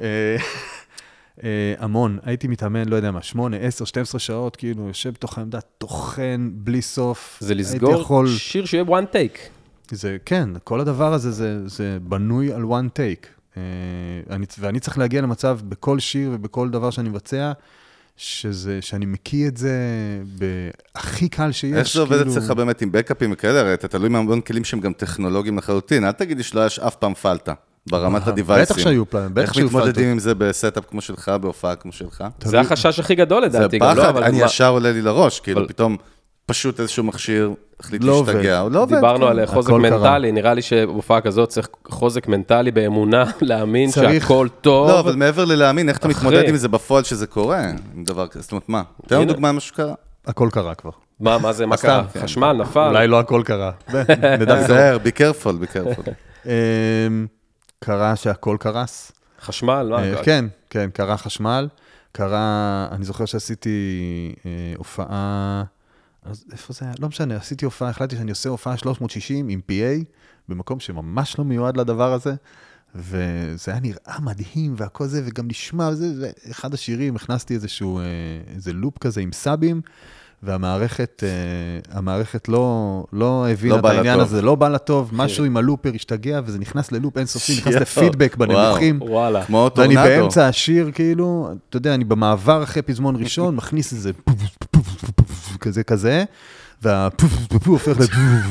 המון, הייתי מתאמן, לא יודע מה, שמונה, עשר, שתים עשרה שעות, כאילו, יושב בתוך העמדה, תוכן, בלי סוף. זה לסגור יכול... שיר שיהיה one take. זה, כן, כל הדבר הזה, זה, זה בנוי על one take. אני, ואני צריך להגיע למצב בכל שיר ובכל דבר שאני מבצע, שזה, שאני מקיא את זה בהכי קל שיש. איך זה עובד אצלך באמת עם בקאפים וכאלה? אתה תלוי מהמון כלים שהם גם טכנולוגיים לחלוטין. אל תגידי שלא יש אף פעם פלטה. ברמת הדיווייסים. בטח שהיו פלאים, בטח שהיו פלטות. איך מתמודדים עם זה בסטאפ כמו שלך, בהופעה כמו שלך? זה החשש הכי גדול לדעתי. זה פחד, אני ישר עולה לי לראש, כאילו פתאום פשוט איזשהו מכשיר, החליט לא להשתגע, עובד. לא עובד. דיברנו כן. על חוזק הכל מנטלי, נראה לי שבהופעה כזאת צריך חוזק מנטלי באמונה, להאמין צריך- שהכל טוב. לא, אבל מעבר ללהאמין, איך אתה אחרי. מתמודד עם זה בפועל שזה קורה, עם דבר כזה, זאת אומרת, מה? תן לנו הנה. דוגמה משהו קרה. הכל קרה כבר. מה, מה זה, מה קרה? כן. חשמל, נפל? אולי לא הכל קרה. נדע בזהר. תיזהר, be careful, be careful. אמ, קרה שהכל קרס. חשמל, מה? אה, כן, כן, קרה חשמל. קרה, אני זוכר שעשיתי אה, הופעה, אז איפה זה היה? לא משנה, עשיתי הופעה, החלטתי שאני עושה הופעה שלוש מאות שישים עם פי איי, במקום שממש לא מיועד לדבר הזה, וזה היה נראה מדהים והכל זה, וגם נשמע, וזה, ואחד השירים, הכנסתי איזשהו, אה, איזה לופ כזה עם סאבים, והמערכת, אה, המערכת לא, לא הבינה לא את בא לה העניין טוב. הזה, לא בא לה טוב, משהו עם הלופר השתגע, וזה נכנס ללופ אינסופי, נכנס יואו. לפידבק בנמוכים. וואלה. כמו ואני טורנדו. באמצע השיר, כאילו, אתה יודע, אני במעבר אחרי פזמון ראשון, מכניס איזה פוף, פוף, פוף, פוף, כזה כזה, והפוף, פוף, פוף, הופך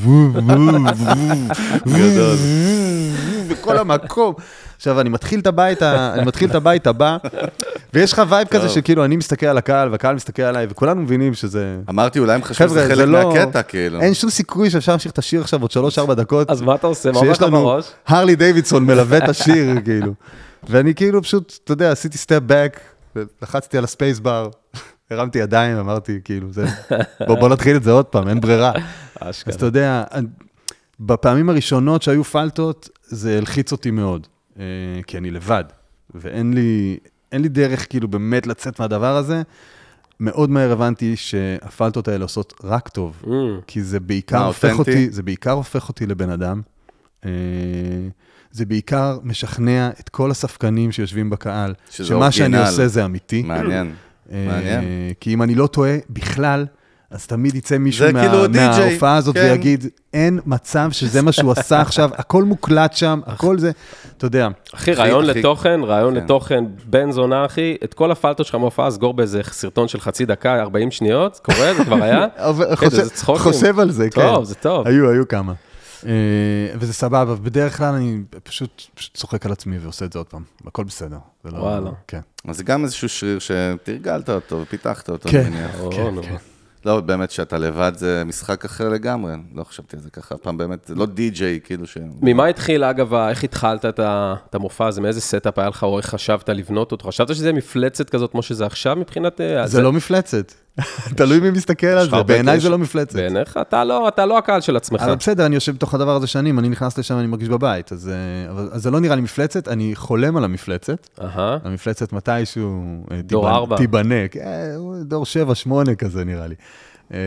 גדול. בכל המקום. עכשיו, אני מתחיל את הבית, ה- אני מתחיל את הבית הבא, ויש לך וייב כזה שכאילו, אני מסתכל על הקהל, והקהל מסתכל עליי, וכולנו מבינים שזה... אמרתי, אולי הם חשבו שזה חבר'ה, חלק זה לא... מהקטע, כאילו. אין שום סיכוי שאפשר להמשיך את השיר עכשיו עוד שלוש ארבע דקות. אז מה אתה עושה? מה עובר שיש לך לנו בראש? הרלי דיווידסון מלווה את השיר, כאילו. ואני כאילו פשוט, אתה יודע, עשיתי סטפ בק, לחצתי על הספייס בר, הרמתי ידיים, אמרתי, כאילו, זה... בוא, בוא נתחיל את זה עוד פעם, אין ברירה. אשכרה. אז אתה יודע, בפעמים הראשונות שהיו פלטות, זה הלחיץ אותי מאוד, אה, כי אני לבד, ואין לי, אין לי דרך כאילו באמת לצאת מהדבר הזה. מאוד מהר הבנתי שהפלטות האלה עושות רק טוב, Mm. כי זה בעיקר מה, הופך אותנטי? אותי, זה בעיקר הופך אותי לבן אדם. אה, זה בעיקר משכנע את כל הספקנים שיושבים בקהל, שזה שמה שאני אורגינל. עושה זה אמיתי. מעניין, אה, מעניין. כי אם אני לא טועה בכלל, אז תמיד יצא מישהו זה מה, כאילו די-ג'יי, מההופעה הזאת כן. ויגיד, אין מצב שזה מה שהוא עשה עכשיו, הכל מוקלט שם, הכל זה, אתה יודע. אחי, הכי- רעיון הכי- לתוכן, רעיון כן. לתוכן, בן זונה, אחי, את כל הפלטות שלך מהופעה, סגור באיזה סרטון של חצי דקה, ארבעים שניות, קורה, זה כבר היה? חושב- זה צחוקים. חושב על זה, כן. טוב, זה טוב. היו, היו כמה. אה, וזה סבבה, בדרך כלל אני פשוט פשוט צוחק על עצמי ועושה את זה עוד פעם, הכל בסדר. זה לא- וואלה. כן. אז זה גם איזשהו שריר שתרגלת אותו ופיתחת אותו, כן. אני מניח. או, כן, נו. כן. לא, באמת שאתה לבד זה משחק אחר לגמרי, לא חשבתי על זה ככה, פעם באמת, זה לא די-ג'יי, כאילו ש... ממה התחיל, אגב, איך התחלת את ה- את המופע הזה, מאיזה סטאפ היה לך, או איך חשבת לבנות אותו? חשבת שזה מפלצת כזאת כמו שזה עכשיו מבחינת... אה, זה לא מפלצת. תלוי מי מסתכל על יש לך זה, הרבה בעיניי קש- זה לא מפלצת. בעיניך? אתה לא, אתה לא הקהל של עצמך. אבל בסדר, אני יושב בתוך הדבר הזה שנים, אני נכנס לשם, אני מרגיש בבית, אז, אה, אבל, אז זה לא נראה לי מפלצת, אני חולם על המפלצת, אהה. המפלצת מתישהו אה, דור תיבנ- ארבע. תיבנה, כן, הוא דור שבע, שמונה כזה נראה לי. אה,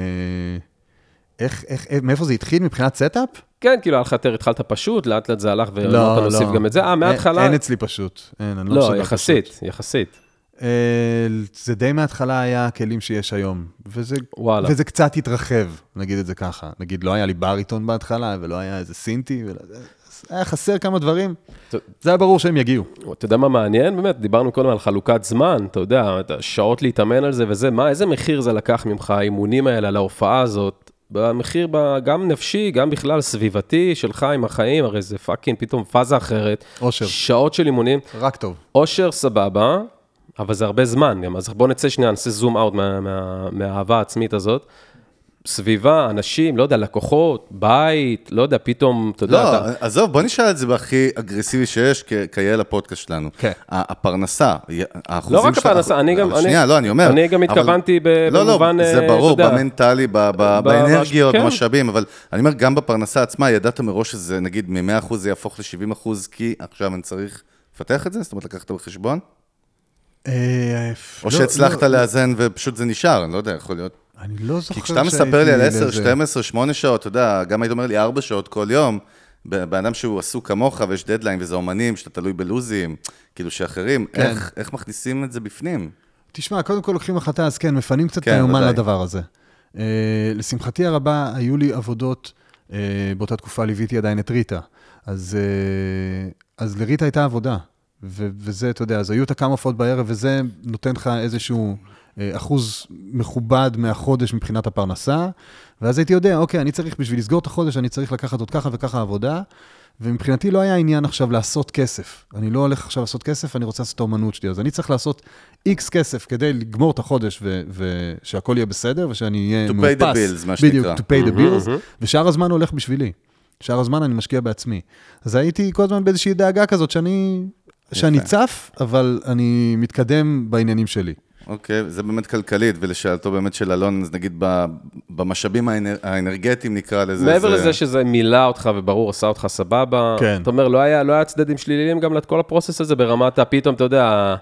איך, איך, איך, מאיפה זה התחיל מבחינת סטאפ? כן, כאילו, היה לך יותר, התחלת פשוט, לאט לאט זה הלך, לא, ואמרת להוסיף לא. גם את זה. אה, מההתחלה... אין, אין אצלי פשוט, אין, אני לא, לא, מסוגל יחסית, פשוט. יחסית. אה, זה די מההתחלה היה הכלים שיש היום, וזה, וואלה. וזה קצת התרחב, נגיד את זה ככה. נגיד, לא היה לי בריטון בהתחלה, ולא היה איזה סינטי, ולא, היה חסר כמה דברים. זה היה ברור שהם יגיעו. אתה יודע מה מעניין? באמת, דיברנו קודם על חלוקת זמן, אתה יודע, את השעות להתאמן על זה וזה, מה, איזה מחיר זה לקח ממך, האימונים האלה, על ההופעה הזאת, במחיר גם נפשי, גם בכלל סביבתי שלך עם החיים, הרי זה פאקינג פתאום פאזה אחרת. אושר. שעות של אימונים. רק טוב. אושר סבבה, אבל זה הרבה זמן גם, אז בוא נצא שנייה, נעשה זום אאוט מה, מה, מהאהבה העצמית הזאת. סביבה, אנשים, לא יודע, לקוחות, בית, לא יודע, פתאום, אתה יודע, לא, אתה... עזוב, בוא נשאל את זה בהכי אגרסיבי שיש, כיאה לפודקאסט שלנו. כן. הפרנסה, האחוזים לא רק שלה- הפרנסה, אני גם... שנייה, לא, אני אומר. אני גם אבל- התכוונתי ב- לא, לא, במובן... זה אה, ברור, אתה יודע, במנטלי, ב- ב- ב- באנרגיות, כן. במשאבים, אבל אני אומר, גם בפרנסה עצמה, ידעת מראש שזה, נגיד, מ-מאה אחוז זה יהפוך ל-שבעים אחוז, כי עכשיו אני צריך לפתח את זה? זאת אומרת, לקחת בחשבון? אה, או לא, שהצלחת לא, לאזן ופשוט זה נשאר, אני לא יודע, יכול להיות. אני לא זוכר כי כשאתה מספר לי על שהייתי עשר, לזה. שתים עשרה, שמונה שעות, אתה יודע, גם היית אומר לי ארבע שעות כל יום, באדם שהוא עסוק כמוך ויש דדליין וזה אומנים, שאתה תלוי בלוזים, כאילו שאחרים, כן. איך, איך מכניסים את זה בפנים? תשמע, קודם כל לוקחים החלטה, אז כן, מפנים קצת את כן, היומן ודאי. לדבר הזה. אה, לשמחתי הרבה, היו לי עבודות, אה, באותה תקופה ליוויתי עדיין את ריטה, אז, אה, אז לריטה הייתה עבודה, ו- וזה, אתה יודע, אז היו את הכמה הופעות בערב, וזה נותן לך איזשהו אה, אחוז מכובד מהחודש מבחינת הפרנסה, ואז הייתי יודע, אוקיי, אני צריך, בשביל לסגור את החודש, אני צריך לקחת עוד ככה וככה עבודה, ומבחינתי לא היה עניין עכשיו לעשות כסף. אני לא הולך עכשיו לעשות כסף, אני רוצה לעשות את האומנות שלי. אז אני צריך לעשות איקס כסף כדי לגמור את החודש, ושהכל יהיה בסדר, ושאני אהיה מאופס. To pay the bills, מה שנקרא. בדיוק, to pay the bills, ושאר הזמן הולך בשבילי. שאר הזמן אני משקיע בעצמי. אז הייתי כל הזמן באיזושהי דאגה כזאת, שאני, שאני צף, אבל אני מתקדם בעניינים שלי. אוקיי, זה באמת כלכלית, ולשאלתו באמת של אלון, אז נגיד במשאבים האנרגטיים נקרא לזה. מעבר לזה שזה מילה אותך וברור, עשה אותך סבבה. כן. אתה אומר, לא היה, לא היה צדדים שליליים גם לכל הפרוסס הזה, ברמת פתאום, אתה יודע,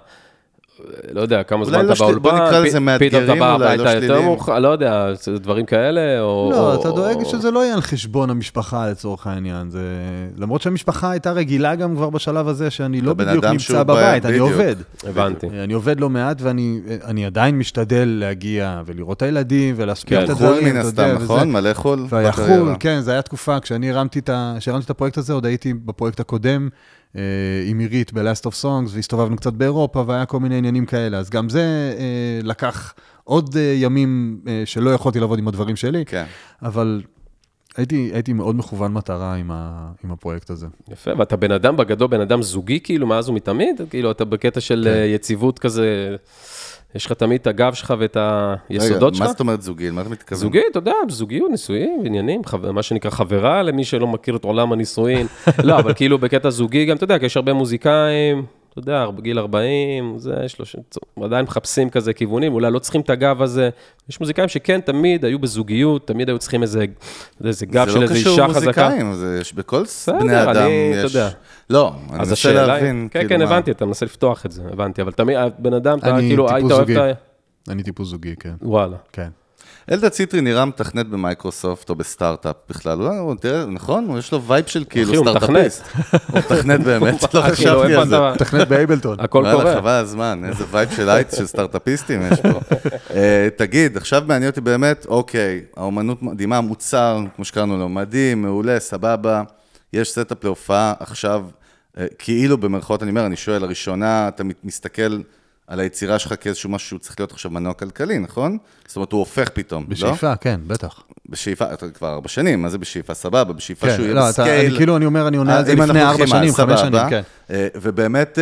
לא יודע, כמה זמן אתה באולפן, בוא נקרא לזה מאתגרים, אולי לא שליליים. לא יודע, דברים כאלה, או... לא, אתה דואג שזה לא יהיה על חשבון המשפחה לצורך העניין. למרות שהמשפחה הייתה רגילה גם כבר בשלב הזה, שאני לא בדיוק נמצא בבית, אני עובד. הבנתי. אני עובד לא מעט, ואני עדיין משתדל להגיע ולראות את הילדים, ולהשפיע את הדברים. חול מן הסתם, נכון? מלא חול. והחול, כן, זה היה תקופה, כשאני הרמתי את הפרויקט הזה, עוד הייתי בפרויקט הקודם, עם עירית ב-Last of Songs, והסתובבנו קצת באירופה, והיה כל מיני עניינים כאלה. אז גם זה לקח עוד ימים שלא יכולתי לעבוד עם הדברים שלי, כן. אבל הייתי, הייתי מאוד מכוון מטרה עם, ה, עם הפרויקט הזה. יפה, ואתה בן אדם בגדול, בן אדם זוגי, כאילו, מאז ומתמיד? כאילו, אתה בקטע של כן. יציבות כזה... יש לך תמיד את הגב שלך ואת היסודות שלך? מה זאת אומרת זוגי? מה אתה מתכוון? זוגי, אתה יודע, זוגיות, נישואים, עניינים, מה שנקרא חברה, למי שלא מכיר את עולם הנישואים. לא, אבל כאילו בקטע זוגי גם, אתה יודע, כי יש הרבה מוזיקאים, אתה יודע, בגיל ארבעים, זה, יש לו, עדיין מחפשים כזה כיוונים, אולי לא צריכים את הגב הזה. יש מוזיקאים שכן, תמיד היו בזוגיות, תמיד היו צריכים איזה, איזה גב של איזה אישה חזקה. זה לא קשור מוזיקאים, זה יש בכל בני אדם יש... לא, אני מנסה להבין. כן, כן, הבנתי, אתה מנסה לפתוח את זה, הבנתי, אבל תמיד, בן אדם, אתה כאילו, היית אוהב את... אני טיפוס זוגי, כן. וואלה. כן. אלדד ציטרי נראה מתכנת במייקרוסופט או בסטארט-אפ בכלל, תראה, נכון? יש לו וייב של כאילו סטארט-אפיסט. הוא מתכנת באמת, לא חשבתי על זה. מתכנת באייבלטון. הכל קורה. חבל הזמן, איזה וייב של אייט של סטארט-אפיסטים יש פה. תגיד, עכשיו מעניין אותי באמת, אוקיי, האומנות מדהימה, המוצר, כמו שקראנו לו, מדהים, מעולה, סבבה, יש סטאפ להופעה, עכשיו, כאילו במרכאות אני אומר, אני שואל, הראשונה, אתה מסתכל על היצירה שלך כאיזשהו משהו שהוא צריך להיות עכשיו מנוע כלכלי, נכון? זאת אומרת, הוא הופך פתאום, לא? בשאיפה, כן, בטח. בשאיפה, כבר ארבע שנים, מה זה בשאיפה? סבבה, בשאיפה כן, שהוא יהיה לא, בסקייל. אני, כאילו אני אומר, אני עונה על זה לפני ארבע שנים, חמש שנים, כן. ובאמת,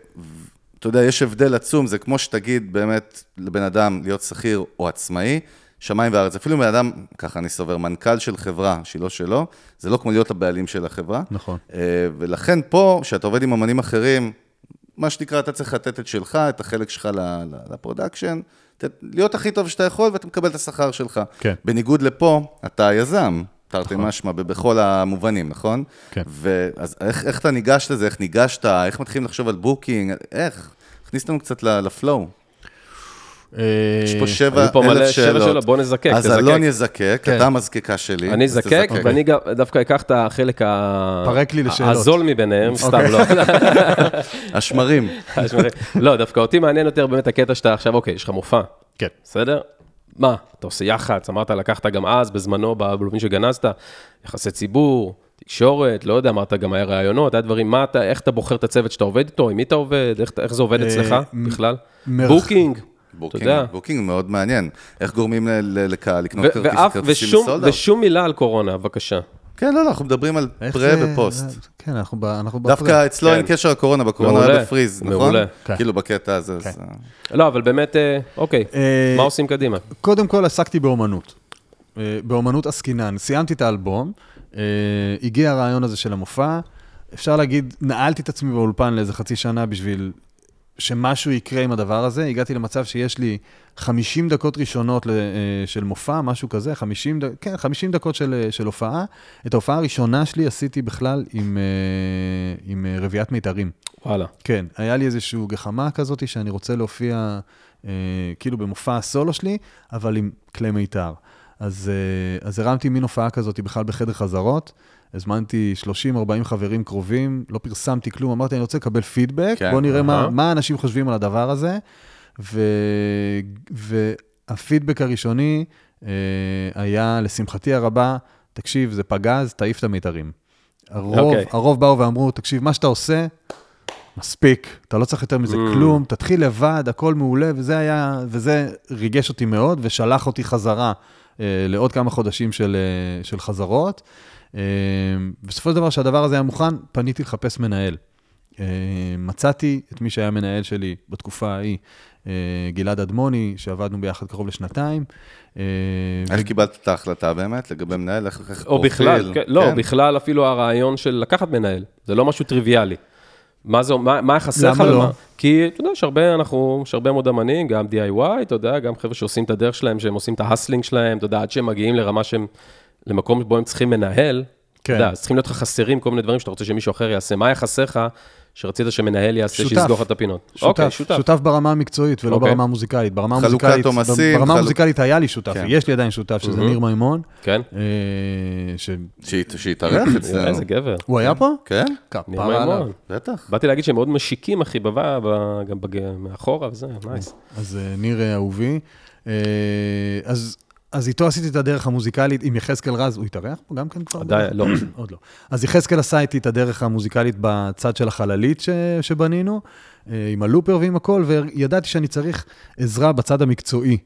אתה יודע, יש הבדל עצום, זה כמו שתגיד באמת לבן אדם להיות שכיר או עצמאי, שמיים וארץ, אפילו בן אדם, ככה אני סובר, מנכ"ל של חברה, שהיא לא שלו, זה לא כמו להיות הבעלים של החברה. נכון. ולכן פה, שאתה עובד עם אמנים אחרים, מה שנקרא, אתה צריך לתת את שלך, את החלק שלך לפרודקשן, להיות הכי טוב שאתה יכול, ואתה מקבל את השכר שלך. כן. בניגוד לפה, אתה יזם, תרתי משמע, בכל המובנים, נכון? כן. ואז איך, איך אתה ניגש לזה, איך ניגשת, איך מתחילים לחשוב על בוקינג, איך? הכניס לנו קצת לפלואו. יש פה שבע אלף שאלות. בוא נזקק. אז אלון יזקק, אתה המזקקה שלי. אני אזקק, ואני דווקא אקח את החלק הזול מביניהם, סתם לא. השמרים. לא, דווקא אותי מעניין יותר באמת הקטע שאתה עכשיו, אוקיי, יש לך מופע. כן. בסדר? מה? אתה עושה יח"צ, אמרת, לקחת גם אז, בזמנו, בבלובין שגנזת, יחסי ציבור, תקשורת, לא יודע, אמרת גם היה רעיונות, היה דברים, מה אתה, איך אתה בוחר את הצוות שאתה עובד איתו, עם מי אתה עובד, איך זה עובד אצלך בכלל? בוקינג. בוקינג מאוד מעניין. איך גורמים לקהל לקנות כרטיסים בסולד? ושום מילה על קורונה, בבקשה. כן, לא, אנחנו מדברים על פרה ופוסט. כן, אנחנו בפרה. דווקא אצלו אין קשר לקורונה, בקורונה היה בפריז, נכון? מעולה. כאילו בקטע הזה. לא, אבל באמת, אוקיי, מה עושים קדימה? קודם כל עסקתי באומנות. באומנות עסקינן. סיימתי את האלבום, הגיע הרעיון הזה של המופע, אפשר להגיד, נעלתי את עצמי באולפן לאיזה חצי שנה בשביל שמשהו יקרה עם הדבר הזה. הגעתי למצב שיש לי חמישים דקות ראשונות של מופע, משהו כזה, חמישים, כן, חמישים דקות של, של הופעה. את ההופעה הראשונה שלי עשיתי בכלל עם, עם רביעת מיתרים. וואלה. כן, היה לי איזושהי גחמה כזאת שאני רוצה להופיע כאילו במופע הסולו שלי, אבל עם כלי מיתר. אז, אז הרמתי מין הופעה כזאת בכלל בחדר חזרות, הזמנתי שלושים ארבעים חברים קרובים, לא פרסמתי כלום, אמרתי, אני רוצה לקבל פידבק, כן, בוא נראה uh-huh. מה, מה האנשים חושבים על הדבר הזה, ו, והפידבק הראשוני אה, היה, לשמחתי הרבה, תקשיב, זה פגז, תעיף את המיתרים. הרוב, okay. הרוב באו ואמרו, תקשיב, מה שאתה עושה, מספיק, אתה לא צריך יותר מזה mm. כלום, תתחיל לבד, הכל מעולה, וזה היה, וזה ריגש אותי מאוד, ושלח אותי חזרה, לעוד כמה חודשים של, של חזרות. בסופו של דבר, שהדבר הזה היה מוכן, פניתי לחפש מנהל. מצאתי את מי שהיה מנהל שלי בתקופה ההיא, גלעד אדמוני, שעבדנו ביחד קרוב לשנתיים. איך קיבלת את ההחלטה באמת לגבי מנהל? או בכלל, לא, בכלל אפילו הרעיון של לקחת מנהל, זה לא משהו טריוויאלי. מה זה, מה יחסר לך? למה לא? כי, אתה יודע, יש הרבה, אנחנו, יש הרבה מאוד אמנים, גם די איי וואי, אתה יודע, גם חבר'ה שעושים את הדרך שלהם, שהם עושים את ההסלינג שלהם, אתה יודע, עד שהם מגיעים לרמה שהם, למקום שבו הם צריכים מנהל, אתה יודע, אז צריכים להיות לך חסרים כל מיני דברים שאתה רוצה שמישהו אחר יעשה. מה יחסר לך שרצית שמנהל יעשה, שיסגור את הפינות? שותף, שותף ברמה המקצועית ולא ברמה המוזיקלית. חלוקת עומסים. ברמה המוזיקלית היה לי שותף, יש לי עדיין שותף, שזה ניר מימון. כן. שהתארח אצלנו. איזה גבר. הוא היה פה? כן. ניר מימון. בטח. באתי להגיד שהם מאוד משיקים, אחי, בבא, גם מאחורה וזה, נייס. אז ניר אהובי. אז... אז איתו עשיתי את הדרך המוזיקלית, עם יחזקאל רז, הוא התארח פה גם כן כבר? עדיין, לא. עוד לא. אז יחזקאל עשה איתי את הדרך המוזיקלית בצד של החללית ש... שבנינו, עם הלופר ועם הכל, וידעתי שאני צריך עזרה בצד המקצועי.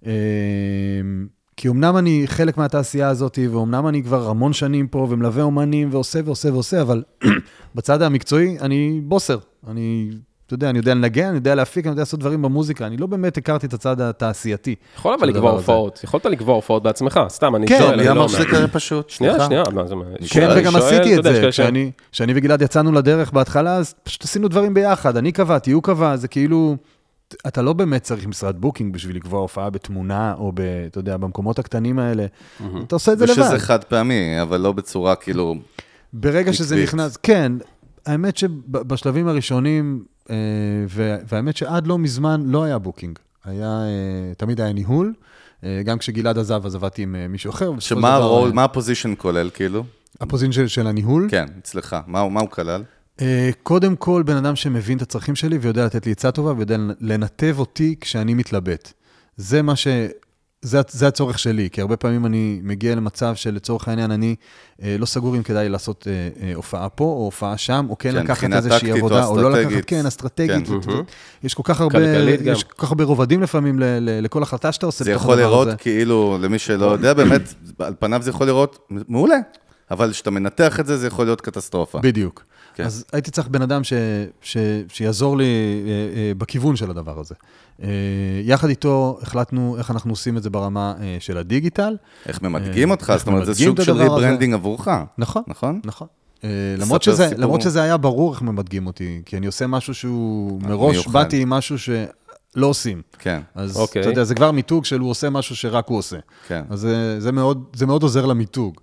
כי אמנם אני חלק מהתעשייה הזאת, ואומנם אני כבר המון שנים פה, ומלווה אומנים, ועושה ועושה ועושה, אבל בצד המקצועי אני בוסר. אני... אתה יודע, אני יודע לנגן, אני יודע להפיק, אני יודע לעשות דברים במוזיקה, אני לא באמת הכרתי את הצד התעשייתי. יכול אבל לקבוע הופעות, יכולת לקבוע הופעות בעצמך, סתם, אני שואל. כן, היה מפסיק פשוט. שנייה, שנייה. כן, וגם עשיתי את זה, כשאני וגלעד יצאנו לדרך בהתחלה, אז פשוט עשינו דברים ביחד, אני קבעתי, הוא קבע, זה כאילו, אתה לא באמת צריך משרד בוקינג בשביל לקבוע הופעה בתמונה, או אתה יודע, במקומות הקטנים האלה, אתה עושה את זה לבד. ושזה חד פעמי, אבל לא בצורה כאילו... ברגע שזה נכנס, כן, האמת שבשלבים הראשונים, והאמת שעד לא מזמן לא היה בוקינג. היה, תמיד היה ניהול, גם כשגלעד עזב, אז עבדתי עם מישהו אחר. שמה הרול, מה הפוזישן כולל, כאילו? הפוזישן של הניהול? כן, אצלך. מה הוא כלל? קודם כל, בן אדם שמבין את הצרכים שלי, ויודע לתת לי עצה טובה, ויודע לנתב אותי כשאני מתלבט. זה מה ש... זה, זה הצורך שלי, כי הרבה פעמים אני מגיע למצב שלצורך העניין אני אה, לא סגור אם כדאי לעשות אה, אה, הופעה פה, או הופעה שם, או כן, כן לקחת איזושהי עבודה, או, או לא לקחת, כן, אסטרטגית. כן. ו- ו- יש כל כך הרבה, יש כל כך הרבה רובדים לפעמים ל- ל- לכל החלטה שאתה עושה. זה יכול לראות הזה. כאילו, למי שלא יודע, באמת, על פניו זה יכול לראות מעולה, אבל כשאתה מנתח את זה, זה יכול להיות קטסטרופה. בדיוק. כן. אז הייתי צריך בן אדם ש, ש, שיעזור לי אה, אה, בכיוון של הדבר הזה. אה, יחד איתו החלטנו איך אנחנו עושים את זה ברמה אה, של הדיגיטל. איך ממדגים אה, אותך, איך זאת אומרת, זה סוג של ריברנדינג עבורך. נכון, נכון? נכון. אה, למרות, שזה, למרות שזה היה ברור איך ממדגים אותי, כי אני עושה משהו שהוא מראש, מיוחד. באתי עם משהו שלא עושים. כן. אז אוקיי. אתה יודע, זה כבר מיתוג של הוא עושה משהו שרק הוא עושה. כן. אז זה, זה מאוד, זה מאוד עוזר למיתוג.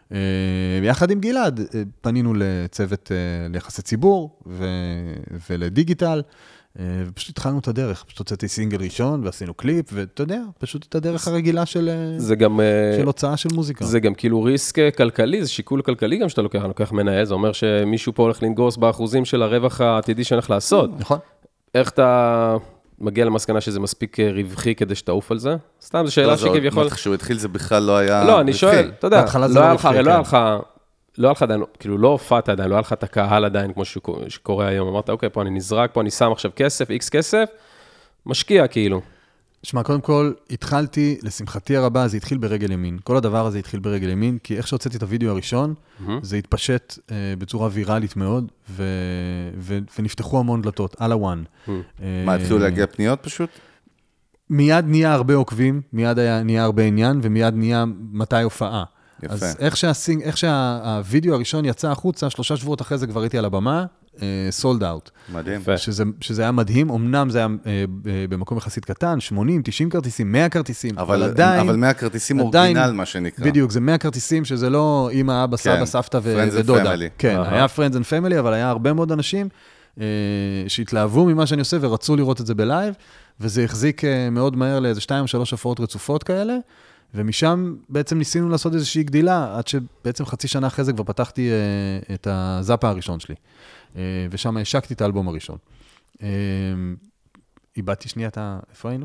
יחד עם גלעד, פנינו לצוות ליחסי ציבור ולדיגיטל, ופשוט התחלנו את הדרך, פשוט הוצאתי סינגל ראשון ועשינו קליפ, ואתה יודע, פשוט את הדרך הרגילה של הוצאה של מוזיקה. זה גם כאילו ריסק כלכלי, זה שיקול כלכלי גם שאתה לוקח, לוקח מנהל, זה אומר שמישהו פה הולך לנגוס באחוזים של הרווח העתידי שהולך לעשות. נכון. איך אתה... מגיע למסקנה שזה מספיק רווחי כדי שתעוף על זה? סתם, זו שאלה שכביכול... כשהוא התחיל זה בכלל לא היה... לא, אני שואל, אתה יודע, לא היה לך, הרי לא היה לך, לא היה לך עדיין, כאילו לא הופעת עדיין, לא היה לך את הקהל עדיין, כמו שקורה היום. אמרת, אוקיי, פה אני נזרק, פה אני שם עכשיו כסף, איקס כסף, משקיע כאילו. שמע, קודם כל, התחלתי, לשמחתי הרבה, זה התחיל ברגל ימין. כל הדבר הזה התחיל ברגל ימין, כי איך שהוצאתי את הוידאו הראשון, mm-hmm. זה התפשט uh, בצורה ויראלית מאוד, ו... ו... ונפתחו המון דלתות, על הוואן. Mm-hmm. Uh, מה, התחילו להגיע פניות פשוט? מיד נהיה הרבה עוקבים, מיד היה, נהיה הרבה עניין, ומיד נהיה מתי הופעה. יפה. אז איך, שהסינג, איך שהוידאו הראשון יצא החוצה, שלושה שבועות אחרי זה כבר הייתי על הבמה, סולד אאוט. מדהים. שזה, שזה היה מדהים, אמנם זה היה במקום יחסית קטן, שמונים, תשעים כרטיסים, מאה כרטיסים, אבל, אבל עדיין... אבל מאה כרטיסים אורגינל, מה שנקרא. בדיוק, זה מאה כרטיסים שזה לא אמא, אבא, סבא, סבתא ודודה. כן, היה Friends and Family, אבל היה הרבה מאוד אנשים שהתלהבו ממה שאני עושה ורצו לראות את זה בלייב, וזה החזיק מאוד מהר לאיזה שתיים או שלוש הופעות רצופות כאלה, ומשם בעצם ניסינו לעשות איזושהי גדילה, עד שבעצם חצי שנה אחרי זה כבר פתחתי את הזאפה הראשון שלי. ושם השקתי את האלבום הראשון. איבדתי שנייה, איפה היינו?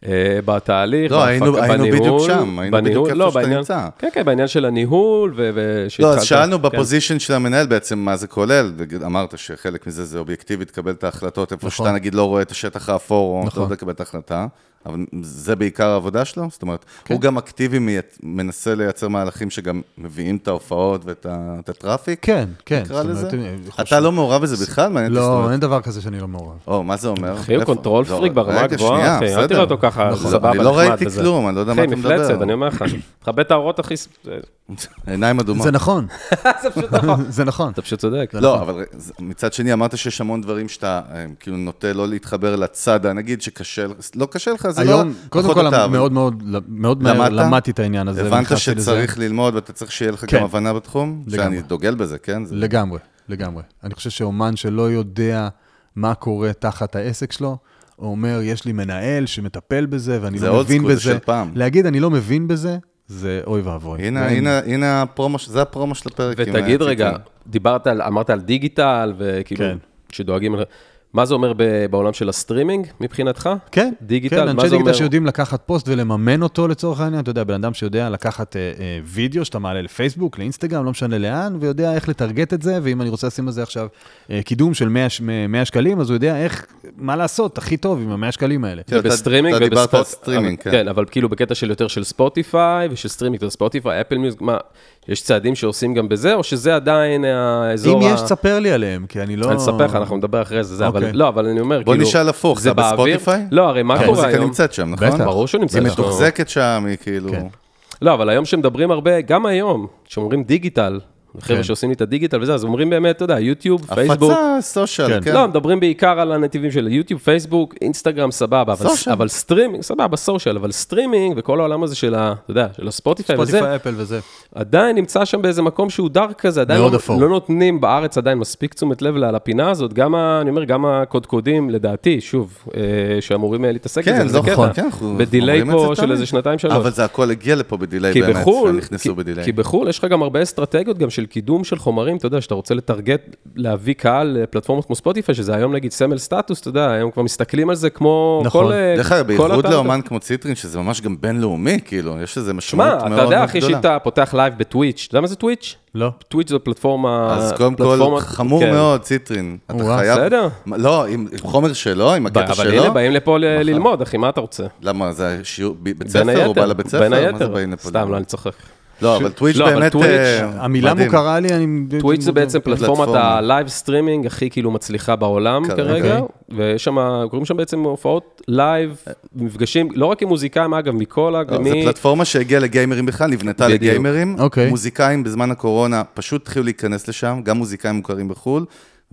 בתהליך, לא, היינו בדיוק שם, היינו בדיוק איפה שאתה נמצא. כן, כן, בעניין של הניהול, לא, אז שאלנו בפוזישן של המנהל בעצם מה זה כולל, אמרת שחלק מזה זה אובייקטיבי, תקבל את ההחלטות, איפה שאתה נגיד לא רואה את השטח האפור, או לא יודע לקבל את ההחלטה, אבל זה בעיקר העבודה שלו, זאת אומרת, הוא גם אקטיבי מנסה לייצר מהלכים שגם מביאים את ההופעות ואת הטראפיק. כן, כן. אתה לא מעורב בזה בכלל? לא, אין דבר כזה שאני לא מעורב. או, מה זה אומר? אחי, הוא קונטרול פריק ברמה הגבוהה, אחי, אל תראה אותו ככה, סבבה, אני לא ראיתי כלום, אני לא יודע מה אתה מדבר. אחי, מפלצת, אני אומר לך, תכבה את האורות, אחי. עיניים אדומות. זה נכון. זה פשוט נכון. זה נכון. אתה פשוט צודק. לא, אבל מצד שני, אמרת שיש המון דברים שאתה כאילו נוטה לא להתחבר לצד, נגיד שקשה, לא קשה לך, זה לא... היום, קודם כל, מאוד מאוד, מאוד מהר למדתי את העניין הזה. הבנת שצריך ללמוד, ואתה צריך שיהיה לך גם הבנה בתחום? שאני דוגל בזה, כן? לגמרי, לגמרי. אני חושב שאומן שלא יודע מה קורה תחת העסק שלו, הוא אומר, יש לי מנהל שמטפל בזה, ואני לא מבין בזה. להגיד, אני לא מבין בזה, זה אוי ואבוי. הנה, הנה, הנה הפרומו, זה הפרומו של הפרק. ותגיד רגע, דיברת על, אמרת על דיגיטל, וכאילו, שדואגים, מה זה אומר בעולם של הסטרימינג מבחינתך? כן, דיגיטל, כן, אנשי דיגיטל שיודעים לקחת פוסט ולממן אותו לצורך העניין, אתה יודע, בן אדם שיודע לקחת וידאו שאתה מעלה לפייסבוק, לאינסטגרם, לא משנה לאן, ויודע איך לטרגט את זה, ואם אני רוצה לשים את זה עכשיו קידום של מאה שקלים, אז הוא יודע איך, מה לעשות, הכי טוב עם ה-מאה שקלים האלה. ובסטרימינג, אתה דיברת על סטרימינג, כן. כן, אבל כאילו בקטע של יותר של ספוטיפיי, ושל סטרימינג, ספוטיפיי, אפל מיוזיק, מה, יש צעדים שעושים גם בזה, או שזה עדיין האזור... אם יש, תספר לי עליהם, כי אני לא... אני אספר לך, אנחנו נדבר אחרי זה, אבל לא, אבל אני אומר, בוא נשאל הפוך, זה בספוטיפיי? לא, הרי מה קורה היום? המוזיקה נמצאת שם, נכון? ברור שהוא נמצא שם. היא מתוחזקת שם, היא כאילו... לא, אבל היום שמדברים הרבה, גם היום, שאומרים דיגיטל, חבר'ה שעושים לי את הדיגיטל וזה, אז אומרים באמת, אתה יודע, יוטיוב, פייסבוק. הפצה, סושיאל, כן. לא, מדברים בעיקר על הנתיבים של יוטיוב, פייסבוק, אינסטגרם, סבבה. אבל סטרימינג, סבבה, סושיאל, אבל סטרימינג וכל העולם הזה של ה, אתה יודע, של הספוטיפיי וזה. ספוטיפיי, אפל וזה. עדיין נמצא שם באיזה מקום שהוא דארק כזה, עדיין לא נותנים בארץ עדיין מספיק תשומת לב לפינה הזאת, גם, אני אומר, גם הקודקודים, לדעתי, שוב, שאמורים להתעסק עם זה, כן, כן, בדיליי פה של איזה שנתיים שלוש. אבל זה הכל הגיע לפה בדיליי באמת, שנכנסו בדיליי. כי בחול יש לך גם הרבה אסטרטגיות גם של קידום של חומרים, אתה יודע, שאתה רוצה לטרגט, להביא קהל לפלטפורמות כמו ספוטיפיי, שזה היום נגיד סמל סטטוס, אתה יודע, היום כבר מסתכלים על זה כמו נכון. כל... דרך אגב, בייחוד לאומן כמו ציטרין, שזה ממש גם בינלאומי, כאילו, יש איזה משמעות מאוד מאוד גדולה. אתה יודע, אחי, שאתה פותח לייב בטוויץ', אתה יודע מה זה טוויץ'? לא. טוויץ' זו פלטפורמה... אז קודם כל, חמור מאוד, ציטרין. אתה חייב... בסדר. לא, עם חומר שלו, עם הקטע שלו. אבל הנה, באים לפה ללמוד, אחי, מה אתה רוצה? למה, זה שיעור בית ספר, הוא בא לבית ספר? בין היתר, סתם, לא, אני צוחק. לא, אבל טוויץ' באמת... המילה מוכרה לי, אני... טוויץ' זה בעצם פלטפורמת הלייב סטרימינג הכי כאילו מצליחה בעולם כרגע, ויש שם, קוראים שם בעצם הופעות לייב, מפגשים, לא רק עם מוזיקאים, אגב, מכל... זה פלטפורמה שהגיעה לגיימרים בכלל, נבנתה לגיימרים, מוזיקאים בזמן הקורונה פשוט התחילו להיכנס לשם, גם מוזיקאים מוכרים בחו"ל,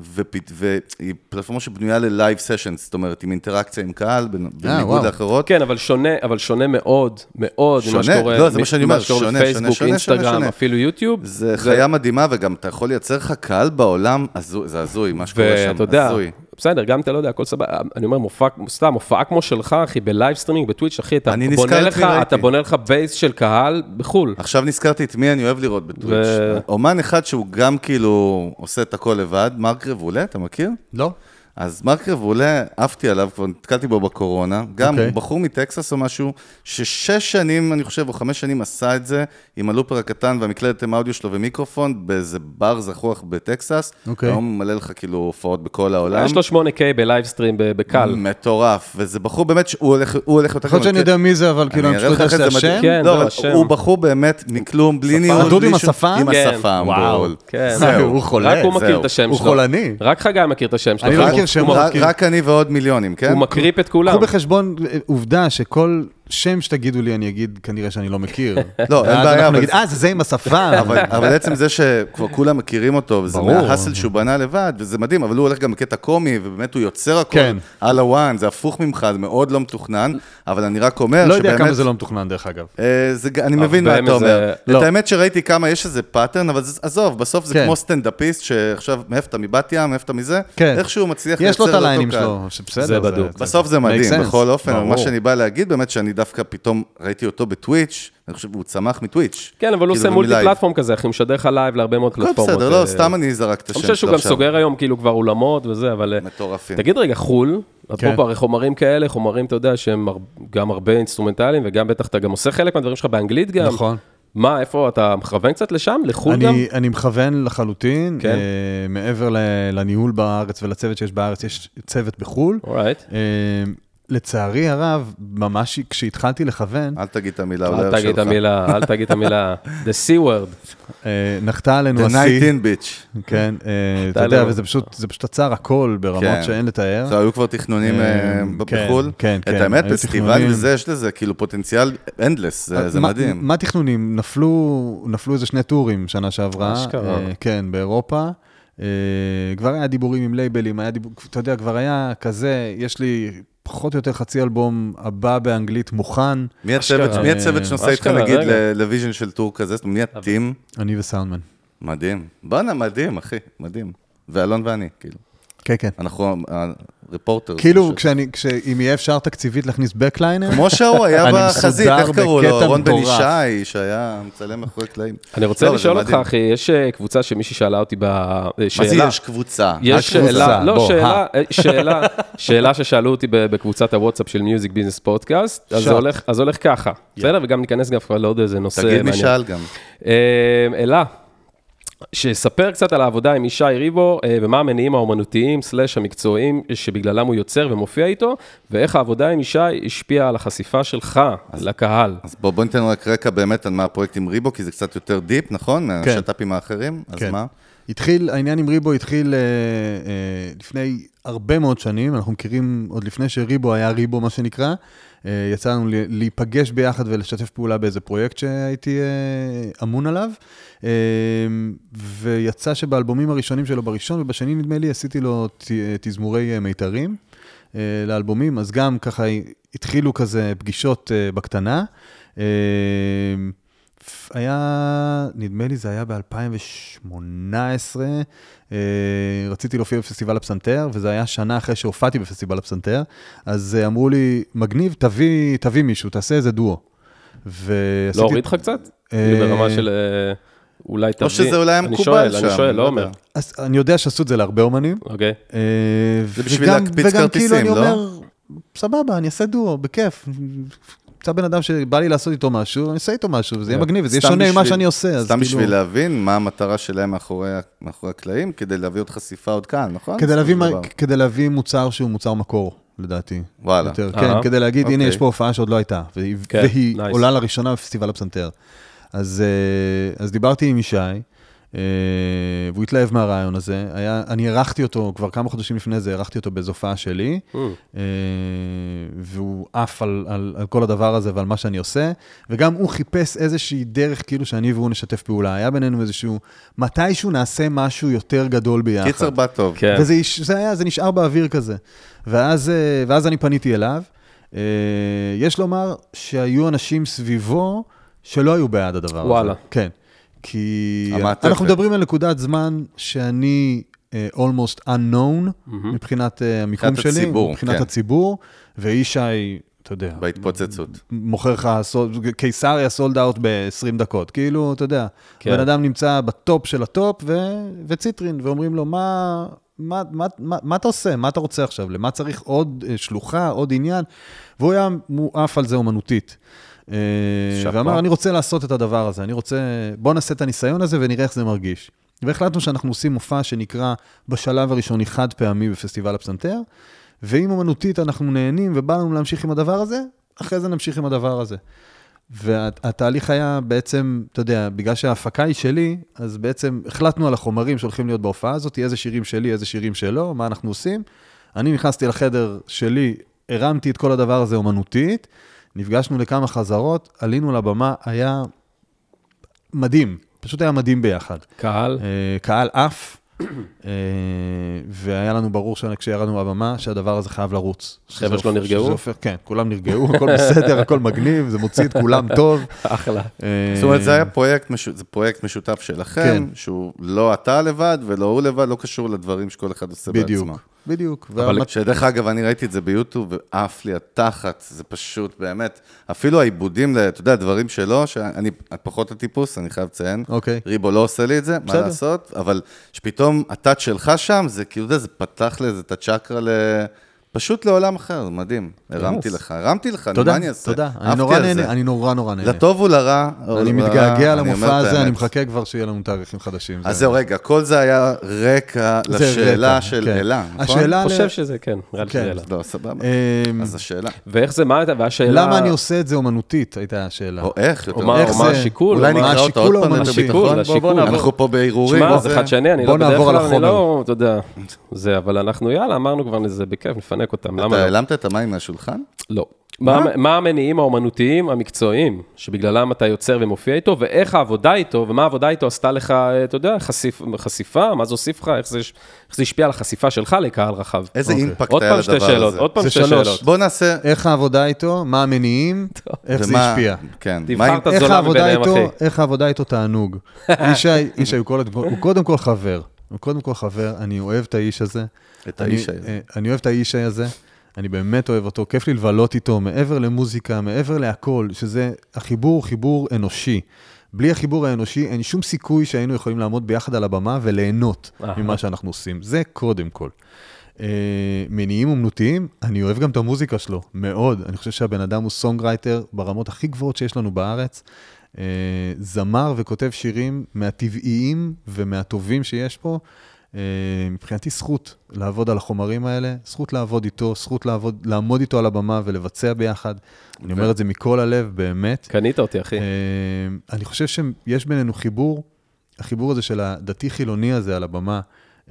והיא פלטפורמה שבנויה ללייב סשנס, זאת אומרת, עם אינטראקציה עם קהל, בניגוד לאחרות. כן, אבל שונה, אבל שונה מאוד, מאוד, ממה שקורה, לא, זה מה שאני אומר, שונה, בפייסבוק, אינסטגרם, אפילו יוטיוב. זה חיה מדהימה, וגם אתה יכול לייצר לך קהל בעולם, זה הזוי, מה שקורה שם, הזוי. בסדר, גם אתה לא יודע, הכל סבבה, אני אומר, מופע, סתם, מופעה כמו שלך, אחי, בלייב סטרימינג, בטוויץ', אחי, אתה בונה לך, אתה בונה לך בייס של קהל בחול. עכשיו נזכרתי את מי אני אוהב לראות בטוויץ'. אומן אחד שהוא גם כאילו עושה את הכל לבד, מרק רבולה, אתה מכיר? לא. אז מרק רבולה, עפתי עליו, כבר נתקלתי בו בקורונה, גם okay. בחור מטקסס או משהו, ששש שנים, אני חושב, או חמש שנים עשה את זה, עם הלופר הקטן והמקלדת עם האודיו שלו ומיקרופון, באיזה בר זכוח בטקסס, okay. היום מלא לך כאילו הופעות בכל העולם. יש לו שמונה קיי בלייב סטרים בקל. מטורף, וזה בחור באמת, שהוא הולך, הוא הולך יותר... יכול שאני יודע מי זה, אבל כאילו, אני חושב שזה השם? כן, לא, הוא בחור באמת מכלום, בלי ניהול. הדוד עם השפם? עם השפם, בול. הוא חולה, רק הוא מכיר את השם שלו. הוא חולני. רק חגי מכיר את השם שלו. רק אני ועוד מיליונים, כן? הוא מקריפ את כולם. קחו בחשבון עובדה שכל שם שתגידו לי, אני אגיד, כנראה שאני לא מכיר. לא, אין בעיה. אנחנו נגיד, אה, זה זה עם השפה. אבל בעצם זה שכבר כולם מכירים אותו, וזה מההסל שהוא בנה לבד, וזה מדהים, אבל הוא הולך גם בקטע קומי, ובאמת הוא יוצר הכל על הוואן, זה הפוך ממך, זה מאוד לא מתוכנן, אבל אני רק אומר שבאמת... לא יודע כמה זה לא מתוכנן, דרך אגב. אני מבין מה אתה אומר. את האמת שראיתי כמה, יש איזה פאטרן, אבל עזוב, בסוף זה כמו סטנדאפיסט, שעכשיו מאיפה מבת ים, מאיפה מזה, איכשהו מצליח יש לו את הליינים שלו, בסוף זה מדהים, בכל אופן, מה שאני בא להגיד באמת שאני דווקא פתאום ראיתי אותו בטוויץ', אני חושב, הוא צמח מטוויץ'. כן, אבל הוא עושה מולטי פלטפורם כזה, אחי, משדר לך לייב להרבה מאוד פלטפורמות. בסדר, לא, סתם אני זרק את השם שלו עכשיו. אני חושב שהוא גם סוגר היום, כאילו, כבר אולמות וזה, אבל... מטורפים. תגיד רגע, חול, אפרופו, הרי חומרים כאלה, חומרים, אתה יודע, שהם גם הרבה אינסטרומנטליים, וגם בטח אתה גם עושה חלק מהדברים שלך באנגלית גם. נכון. מה, איפה, אתה מכוון קצת לשם, לחול גם? אני מכוון לחלוטין, מעבר לניהול בארץ ולצוות שיש בארץ, יש צוות בחול. לצערי הרב, ממש כשהתחלתי לכוון... אל תגיד את המילה, אל תגיד את המילה, אל תגיד את המילה, the C word. נחתה עלינו השיא. The night in bitch. כן, אתה יודע, וזה פשוט עצר הכל ברמות שאין לתאר. היו כבר תכנונים בחול. כן, כן. את האמת, פסטיבל וזה, יש לזה כאילו פוטנציאל אנדלס, זה מדהים. מה תכנונים? נפלו איזה שני טורים שנה שעברה. אשכרה. כן, באירופה. כבר היה דיבורים עם לייבלים, אתה יודע, כבר היה כזה, יש לי... פחות או יותר חצי אלבום הבא באנגלית מוכן. מי הצוות שנוסע איתך נגיד לוויז'ן של טור כזה? מי הטים? אני וסאונדמן. מדהים. בואנה, מדהים, אחי, מדהים. ואלון ואני, כאילו. כן, כן. אנחנו ריפורטר. כאילו, אם יהיה אפשר תקציבית להכניס בקליינר. כמו שהוא היה בחזית, איך קראו לו? רון בן ישי, שהיה מצלם אחרי קלעים. אני רוצה לשאול אותך, אחי, יש קבוצה שמישהי שאלה אותי בשאלה. מה זה יש קבוצה? יש שאלה, לא, שאלה, שאלה ששאלו אותי בקבוצת הוואטסאפ של מיוזיק ביזנס פודקאסט, אז הולך ככה. בסדר? וגם ניכנס גם לעוד איזה נושא מעניין. תגיד מי שאל גם. אלה. שספר קצת על העבודה עם ישי ריבו, ומה המניעים האומנותיים, סלש המקצועיים, שבגללם הוא יוצר ומופיע איתו, ואיך העבודה עם ישי השפיעה על החשיפה שלך לקהל. אז בוא, בוא ניתן רק רקע באמת על מה הפרויקט עם ריבו, כי זה קצת יותר דיפ, נכון? מהשטאפים האחרים, אז מה? התחיל, העניין עם ריבו התחיל לפני הרבה מאוד שנים, אנחנו מכירים עוד לפני שריבו היה ריבו, מה שנקרא, יצא לנו להיפגש ביחד ולשתף פעולה באיזה פרויקט שהייתי אמון עליו, ויצא שבאלבומים הראשונים שלו בראשון, ובשני נדמה לי עשיתי לו תזמורי מיתרים לאלבומים, אז גם ככה התחילו כזה פגישות בקטנה, היה, נדמה לי זה היה ב-אלפיים שמונה עשרה, רציתי להופיע בפסטיבל הפסנתר, וזה היה שנה אחרי שהופעתי בפסטיבל הפסנתר, אז אמרו לי, מגניב, תביא, תביא מישהו, תעשה איזה דואו. לא הוריד לך קצת? ברמה של אולי תביא. או שזה אולי היה מקובל שם. אני שואל, לא אומר. אז אני יודע שעשו את זה להרבה אומנים. אוקיי. זה בשביל להקפיץ כרטיסים, לא? וגם כאילו אני אומר, סבבה, אני אעשה דואו, בכיף. קצת בן אדם שבא לי לעשות איתו משהו, אני אעשה איתו משהו, וזה יהיה מגניב, וזה יהיה שונה ממה שאני עושה. סתם בשביל להבין מה המטרה שלהם מאחורי הקלעים, כדי להביא עוד חשיפה עוד כאן, נכון? כדי להביא מוצר שהוא מוצר מקור, לדעתי. וואלה. כן, כדי להגיד, הנה, יש פה הופעה שעוד לא הייתה, והיא עולה לראשונה בפסטיבל הפסנתר. אז דיברתי עם ישי, והוא התלהב מהרעיון הזה, אני ערכתי אותו, כבר כמה חודשים לפני זה, ערכתי אותו באיזו הופעה שלי, והוא עף על כל הדבר הזה ועל מה שאני עושה, וגם הוא חיפש איזושהי דרך כאילו שאני והוא נשתף פעולה, היה בינינו איזשהו, מתישהו נעשה משהו יותר גדול ביחד. קיצר בא טוב. וזה היה, זה נשאר באוויר כזה. ואז, ואז אני פניתי אליו, יש לומר שהיו אנשים סביבו שלא היו בעד הדבר הזה. וואלה. כן. כי אנחנו מדברים על נקודת זמן שאני almost unknown מבחינת המיקום שלי, מבחינת הציבור, ואישי, אתה יודע, בהתפוצצות. מוכר לך, קיסריה סולד אאוט ב-עשרים דקות, כאילו, אתה יודע, בן אדם נמצא בטופ של הטופ, וציטרין, ואומרים לו, מה... מה, מה, מה, מה אתה עושה? מה אתה רוצה עכשיו? למה צריך עוד שלוחה, עוד עניין? והוא היה מואף על זה אומנותית. ואמר, אני רוצה לעשות את הדבר הזה, אני רוצה, בוא נעשה את הניסיון הזה ונראה איך זה מרגיש. והחלטנו שאנחנו עושים מופע שנקרא בשלב הראשוני חד פעמי בפסטיבל הפסנתר, ואם אומנותית אנחנו נהנים ובא לנו להמשיך עם הדבר הזה, אחרי זה נמשיך עם הדבר הזה. והתהליך היה בעצם, אתה יודע, בגלל שההפקה היא שלי, אז בעצם החלטנו על החומרים שהולכים להיות בהופעה הזאת, איזה שירים שלי, איזה שירים שלו, מה אנחנו עושים. אני נכנסתי לחדר שלי, הרמתי את כל הדבר הזה אומנותית, נפגשנו לכמה חזרות, עלינו לבמה, היה מדהים, פשוט היה מדהים ביחד. קהל? קהל אף, והיה לנו ברור כשירדנו לבמה, שהדבר הזה חייב לרוץ. חבר'ה שלא נרגעו? כן, כולם נרגעו, הכל בסדר, הכל מגניב, זה מוציא את כולם טוב. אחלה. זאת אומרת, זה היה פרויקט משותף שלכם, שהוא לא אתה לבד ולא הוא לבד, לא קשור לדברים שכל אחד עושה בעצמו. בדיוק, בדיוק. שדרך אגב, אני ראיתי את זה ביוטיוב, ואף לי התחת, זה פשוט באמת, אפילו העיבודים, אתה יודע, דברים שלו, שאני פחות הטיפוס, אני חייב לציין, ריבו לא עושה לי את זה, מה לעשות, אבל שפתאום הטאץ' שלך שם, זה כאילו, זה פתח לזה את הצ'קרה ל... פשוט לעולם אחר, מדהים. הרמתי לך, הרמתי לך, מה אני אעשה? תודה, תודה. אני נורא נהנה, אני נורא נורא נהנה. לטוב ולרע. אני מתגעגע למופע הזה, אני מחכה כבר שיהיה לנו תאריכים חדשים. אז זהו, רגע, כל זה היה רקע לשאלה של אלה, נכון? אני חושב שזה, כן, רע לשאלה. לא, סבבה. אז השאלה. ואיך זה, מה הייתה? והשאלה... למה אני עושה את זה אומנותית, הייתה השאלה. או איך, יותר מה השיקול? אולי נקרא אותה עוד פעם השיקול. אנחנו פה בעירורים. שמע, זה חדשני, אני לא בדרך כלל, אני לא, אתה יודע, זה, אבל אנחנו, יאללה, אמרנו כבר לזה בכיף, נפנק אותם, למה לא? העלמת את המים מהשולחן? לא. מה המניעים האומנותיים המקצועיים, שבגללם אתה יוצר ומופיע איתו, ואיך העבודה איתו, ומה העבודה איתו עשתה לך, אתה יודע, חשיפה, מה זה הוסיף לך, איך זה השפיע על החשיפה שלך לקהל רחב. איזה אימפקט היה לדבר הזה? עוד פעם שתי שאלות. בוא נעשה... איך העבודה איתו, מה המניעים, איך זה השפיע. תבחר את הזולה מביניהם, אחי. איך העבודה איתו תענוג. ישי הוא קודם כל חבר. הוא קודם כל חבר, אני אוהב את האיש הזה. את האיש הזה. אני אוהב את האיש הזה. אני באמת אוהב אותו, כיף לי לבלות איתו, מעבר למוזיקה, מעבר להכל, שזה החיבור הוא חיבור אנושי. בלי החיבור האנושי, אין שום סיכוי שהיינו יכולים לעמוד ביחד על הבמה וליהנות ממה שאנחנו עושים. זה קודם כל. מניעים אומנותיים, אני אוהב גם את המוזיקה שלו, מאוד. אני חושב שהבן אדם הוא סונגרייטר ברמות הכי גבוהות שיש לנו בארץ. זמר וכותב שירים מהטבעיים ומהטובים שיש פה. מבחינתי זכות לעבוד על החומרים האלה, זכות לעבוד איתו, זכות לעבוד, לעמוד איתו על הבמה ולבצע ביחד. אני אומר את זה מכל הלב, באמת. קנית אותי, אחי. אני חושב שיש בינינו חיבור, החיבור הזה של הדתי חילוני הזה על הבמה,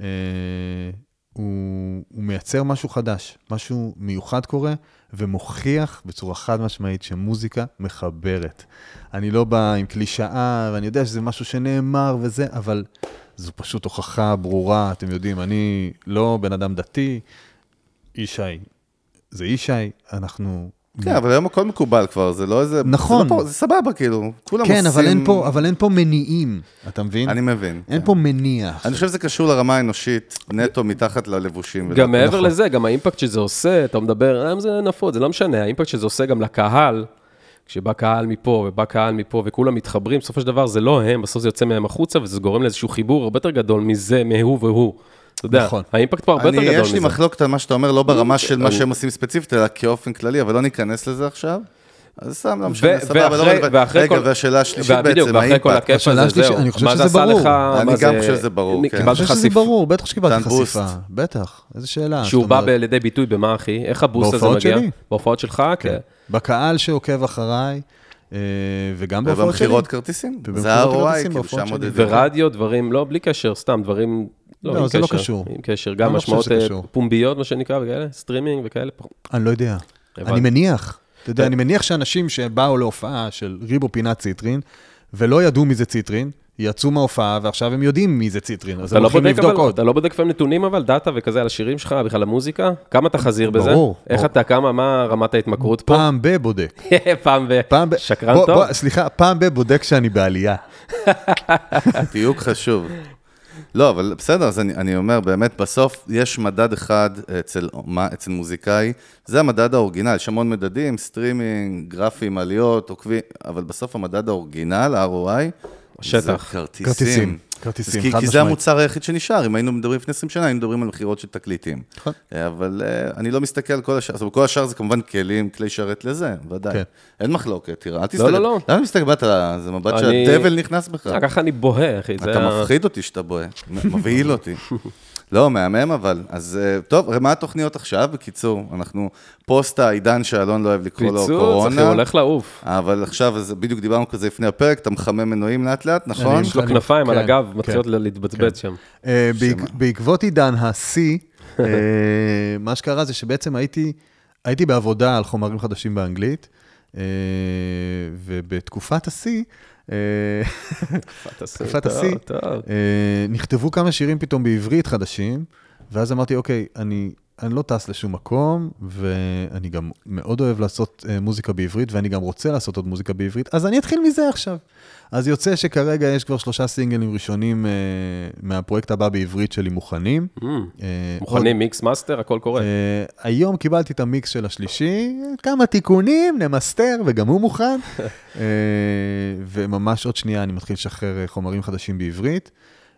הוא, הוא מייצר משהו חדש, משהו מיוחד קורה, ומוכיח בצורה חד משמעית שמוזיקה מחברת. אני לא בא עם קלישאה, ואני יודע שזה משהו שנאמר וזה, אבל זו פשוט הוכחה ברורה, אתם יודעים, אני לא בן אדם דתי, ישי, זה ישי, אנחנו... כן, אבל היום הכל מקובל כבר, זה לא איזה... נכון. זה, לא פה, זה סבבה, כאילו, כולם כן, עושים... אבל אין פה, אבל אין פה מניעים, אתה מבין? אני מבין. אין כן. פה מניע. אני חושב שזה קשור לרמה האנושית, נטו מתחת ללבושים. גם מעבר נכון. לזה, גם האימפקט שזה עושה, אתה מדבר, זה נפות, זה לא משנה, האימפקט שזה עושה גם לקהל, כשבא קהל מפה ובא קהל מפה וכולם מתחברים, בסופו של דבר זה לא הם, בסוף זה יוצא מהם החוצה, וזה גורם לאיזשהו חיבור הרבה יותר גדול מזה, מהוא והוא. אתה יודע, נכון. האימפקט פה הרבה יותר גדול מזה. יש לי מחלוקת על מה שאתה אומר, לא ברמה של מה שהם עושים ספציפית, אלא כאופן כללי, אבל לא ניכנס לזה עכשיו. אז סתם, לא משנה, סבבה, לא רגע, והשאלה השלישית בעצם, ואחרי כל הכיף הזה, זהו. אני חושב שזה ברור. אני גם חושב שזה ברור, כן. אני חושב שזה ברור, בטח שקיבלתי חשיפה. בטח, איזו שאלה. שהוא בא לידי ביטוי במה, אחי? איך הבוסט הזה מגיע? בהופעות שלך? כן. בקהל שעוקב אחריי, וגם בהופעות שלי. ובמחירות כרטיסים. זה ה-אר או איי, כאילו שם עוד... ורדיו, דברים, לא, בלי קשר, סתם, דברים... לא, זה לא קשור. עם קשר, גם משמעות פומביות, מה שנקרא, וכאלה, סטרימינג וכאלה. אני לא יודע. אני מניח. אתה יודע, אני מניח שאנשים שבאו להופעה של ריבו פינת ציטרין, ולא ידעו מי זה ציטרין, יצאו מההופעה, ועכשיו הם יודעים מי זה ציטרין, אז הם הולכים לבדוק עוד. אתה לא בודק לפעמים נתונים, אבל דאטה וכזה על השירים שלך, בכלל המוזיקה? כמה אתה חזיר בזה? ברור. איך אתה, כמה, מה רמת ההתמכרות פה? פעם בבודק. פעם ב... שקרן טוב? סליחה, פעם בבודק שאני בעלייה. דיוק חשוב. לא, אבל בסדר, אז אני, אני אומר, באמת, בסוף יש מדד אחד אצל, מה, אצל מוזיקאי, זה המדד האורגינל, יש המון מדדים, סטרימינג, גרפים, עליות, עוקבי, אבל בסוף המדד האורגינל, ה-אר או איי, שטח. זה כרטיסים. כרטיסים. כרטיסים, כי, כי זה המוצר היחיד שנשאר, אם היינו מדברים לפני עשרים שנה, היינו מדברים על מחירות של תקליטים. נכון. אבל uh, אני לא מסתכל על כל השאר, אז כל השאר זה כמובן כלים, כלי שרת לזה, ודאי. כן. אין מחלוקת, תראה, אל תסתכל. לא, לא, לא. למה מסתכל בת על זה מבט אני... שהדבל נכנס בך? ככה אני בוהה, אחי. אתה זה... מפחיד אותי שאתה בוהה, מבהיל אותי. לא, מהמם אבל. אז טוב, מה התוכניות עכשיו? בקיצור, אנחנו פוסט העידן שאלון לא אוהב לקרוא לו קורונה. פיצוץ, אחי, הולך לעוף. אבל עכשיו, בדיוק דיברנו כזה לפני הפרק, אתה מחמם מנועים לאט לאט, נכון? יש לו כנפיים על הגב, מתחילות להתבצבץ שם. בעקבות עידן ה-C, מה שקרה זה שבעצם הייתי בעבודה על חומרים חדשים באנגלית, ובתקופת ה-C, תקופת ה-C, נכתבו כמה שירים פתאום בעברית חדשים, ואז אמרתי, אוקיי, אני אני לא טס לשום מקום, ואני גם מאוד אוהב לעשות מוזיקה בעברית, ואני גם רוצה לעשות עוד מוזיקה בעברית, אז אני אתחיל מזה עכשיו. אז יוצא שכרגע יש כבר שלושה סינגלים ראשונים מהפרויקט הבא בעברית שלי מוכנים. מוכנים, מיקס, מאסטר, הכל קורה. היום קיבלתי את המיקס של השלישי, כמה תיקונים, נמסטר, וגם הוא מוכן. וממש עוד שנייה אני מתחיל לשחרר חומרים חדשים בעברית,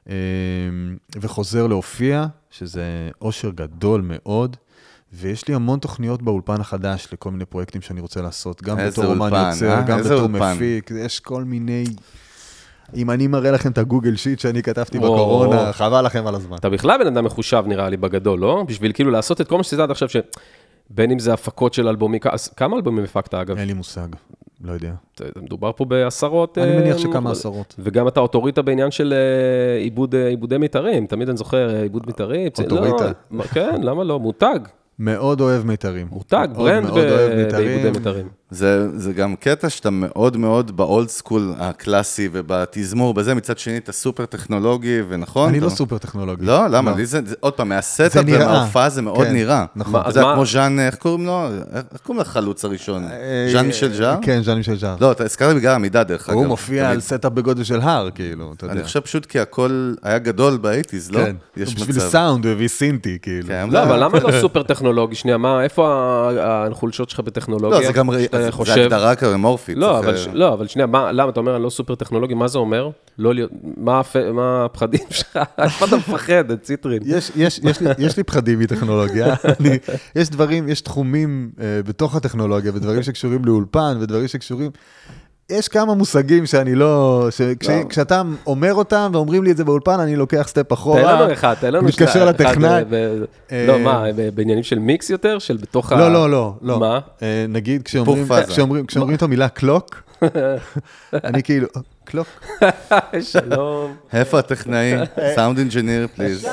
וחוזר להופיע, שזה אושר גדול מאוד, ויש לי המון תוכניות באולפן החדש לכל מיני פרויקטים שאני רוצה לעשות, גם בתור אומן יוצר, גם בתור מפיק, יש כל מיני... אם אני מראה לכם את הגוגל שיט שאני כתבתי בקורונה, חבל לכם על הזמן. אתה בכלל בן אדם מחושב נראה לי בגדול, לא? בשביל כאילו לעשות את כל מה שתדעת עכשיו, שבין אם זה הפקות של אלבומי, כמה אלבומים הפקת אגב? אין לי מושג, לא יודע. מדובר פה בעשרות... אני מניח שכמה עשרות. וגם אתה אוטוריטה בעניין של עיבודי מיתרים, תמיד אני זוכר עיבוד מיתרים. אוטוריטה. כן, למה לא? מותג. מאוד אוהב מיתרים. מותג, ברנד בעיבודי מיתרים. זה, זה גם קטע שאתה מאוד מאוד באולד סקול הקלאסי ובתזמור, בזה מצד שני אתה סופר טקנולוגי, ונכון? אני לא סופר טכנולוגי. לא, למה? לי זה, עוד פעם, מהסטאפ ומההופעה זה מאוד נראה. נכון. אתה יודע, כמו ז'אן, איך קוראים לו? איך קוראים לחלוץ הראשון? ז'אן מישל ז'אר? כן, ז'אן מישל ז'אר. לא, אתה הזכרת בגלל המידה דרך אגב. הוא מופיע על סטאפ בגודל של הר, כאילו, אתה יודע. אני חושב פשוט כי הכל היה גדול באייטיז, לא? כן, בשביל סאונד והביא סינטי, כאילו. לא, אבל למה לא סופר טכנולוגי? שנייה, מה, איפה החולשות שלך בטכנולוגיה? לא, זה גם, זה הגדרה אמורפית. לא, אבל, לא, אבל שנייה, מה, למה אתה אומר, אני לא סופר טכנולוגי, מה זה אומר? לא להיות, מה, מה הפחדים שלך? איפה אתה מפחד, את ציטרין? יש, יש, יש לי, יש לי פחדים מטכנולוגיה. אני, יש דברים, יש תחומים uh, בתוך הטכנולוגיה, ודברים שקשורים לאולפן, ודברים שקשורים... יש כמה מושגים שאני לא... שכש, לא. כשאתה אומר אותם ואומרים לי את זה באולפן, אני לוקח סטפ אחורה. תן לנו אחד, תן לנו שלה. מתקשר לטכנאי. לא, מה, בעניינים של מיקס יותר? של בתוך ה... לא, לא, לא, לא. מה? נגיד, כשאומרים, כשאומרים, כשאומרים את המילה קלוק, אני כאילו, קלוק. שלום. איפה הטכנאים? סאונד אינג'יניר, פליז.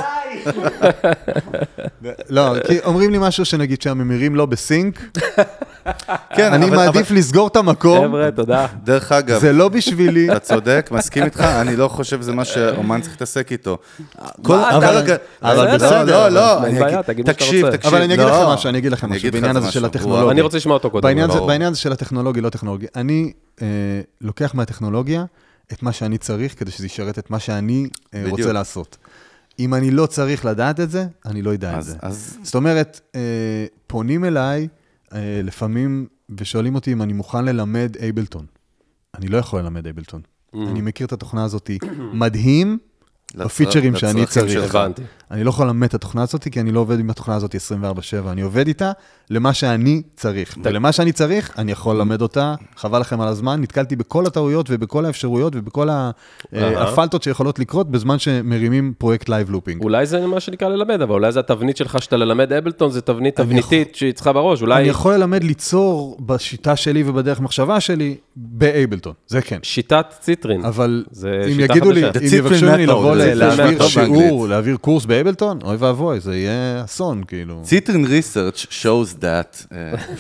לא, כי אומרים לי משהו שנגיד שהממירים לא בסינק, אני מעדיף לסגור את המקום. חבר'ה, תודה. דרך אגב. זה לא בשבילי. אתה צודק, מסכים איתך, אני לא חושב שזה מה שאומן צריך להתעסק איתו. אבל בסדר. לא, לא, תקשיב, תקשיב. אבל אני אגיד לכם משהו, אני אגיד לכם משהו, בעניין הזה של הטכנולוגיה. אני רוצה לשמוע אותו קודם. בעניין הזה של הטכנולוגיה, לא טכנולוגיה. אני לוקח מהטכנולוגיה את מה שאני צריך, כדי שזה ישרת את מה שאני רוצה לעשות. אם אני לא צריך לדעת את זה, אני לא יודע את זה. זאת אומרת, פונים אליי, לפעמים, ושואלים אותי אם אני מוכן ללמד אייבלטון. אני לא יכול ללמד אייבלטון. אני מכיר את התוכנה הזאת מדהים, בפיצ'רים שאני צריך. אני לא יכול ללמד את התוכנה הזאת, כי אני לא עובד עם התוכנה הזאת עשרים וארבע שבע. אני עובד איתה למה שאני צריך. ולמה שאני צריך, אני יכול ללמד אותה. חבל לכם על הזמן. נתקלתי בכל הטעויות ובכל האפשרויות ובכל הפלטות שיכולות לקרות בזמן שמרימים פרויקט לייב לופינג. אולי זה מה שנקרא ללמד, אבל אולי זה התבנית שלך שאתה ללמד אייבלטון, זה תבנית תבניתית שהיא צריכה בראש. אני יכול ללמד ליצור בשיטה שלי ובדרך מחשבה שלי באייבלטון. זה כן. שיטת ציטרין. אבל אם יגידו לי, אם יבקשו ממני לבוא להעביר שיעור, להעביר קורס באייבלטון, אוי ואבוי, זה יהיה אסון, כאילו. Citrine research shows that.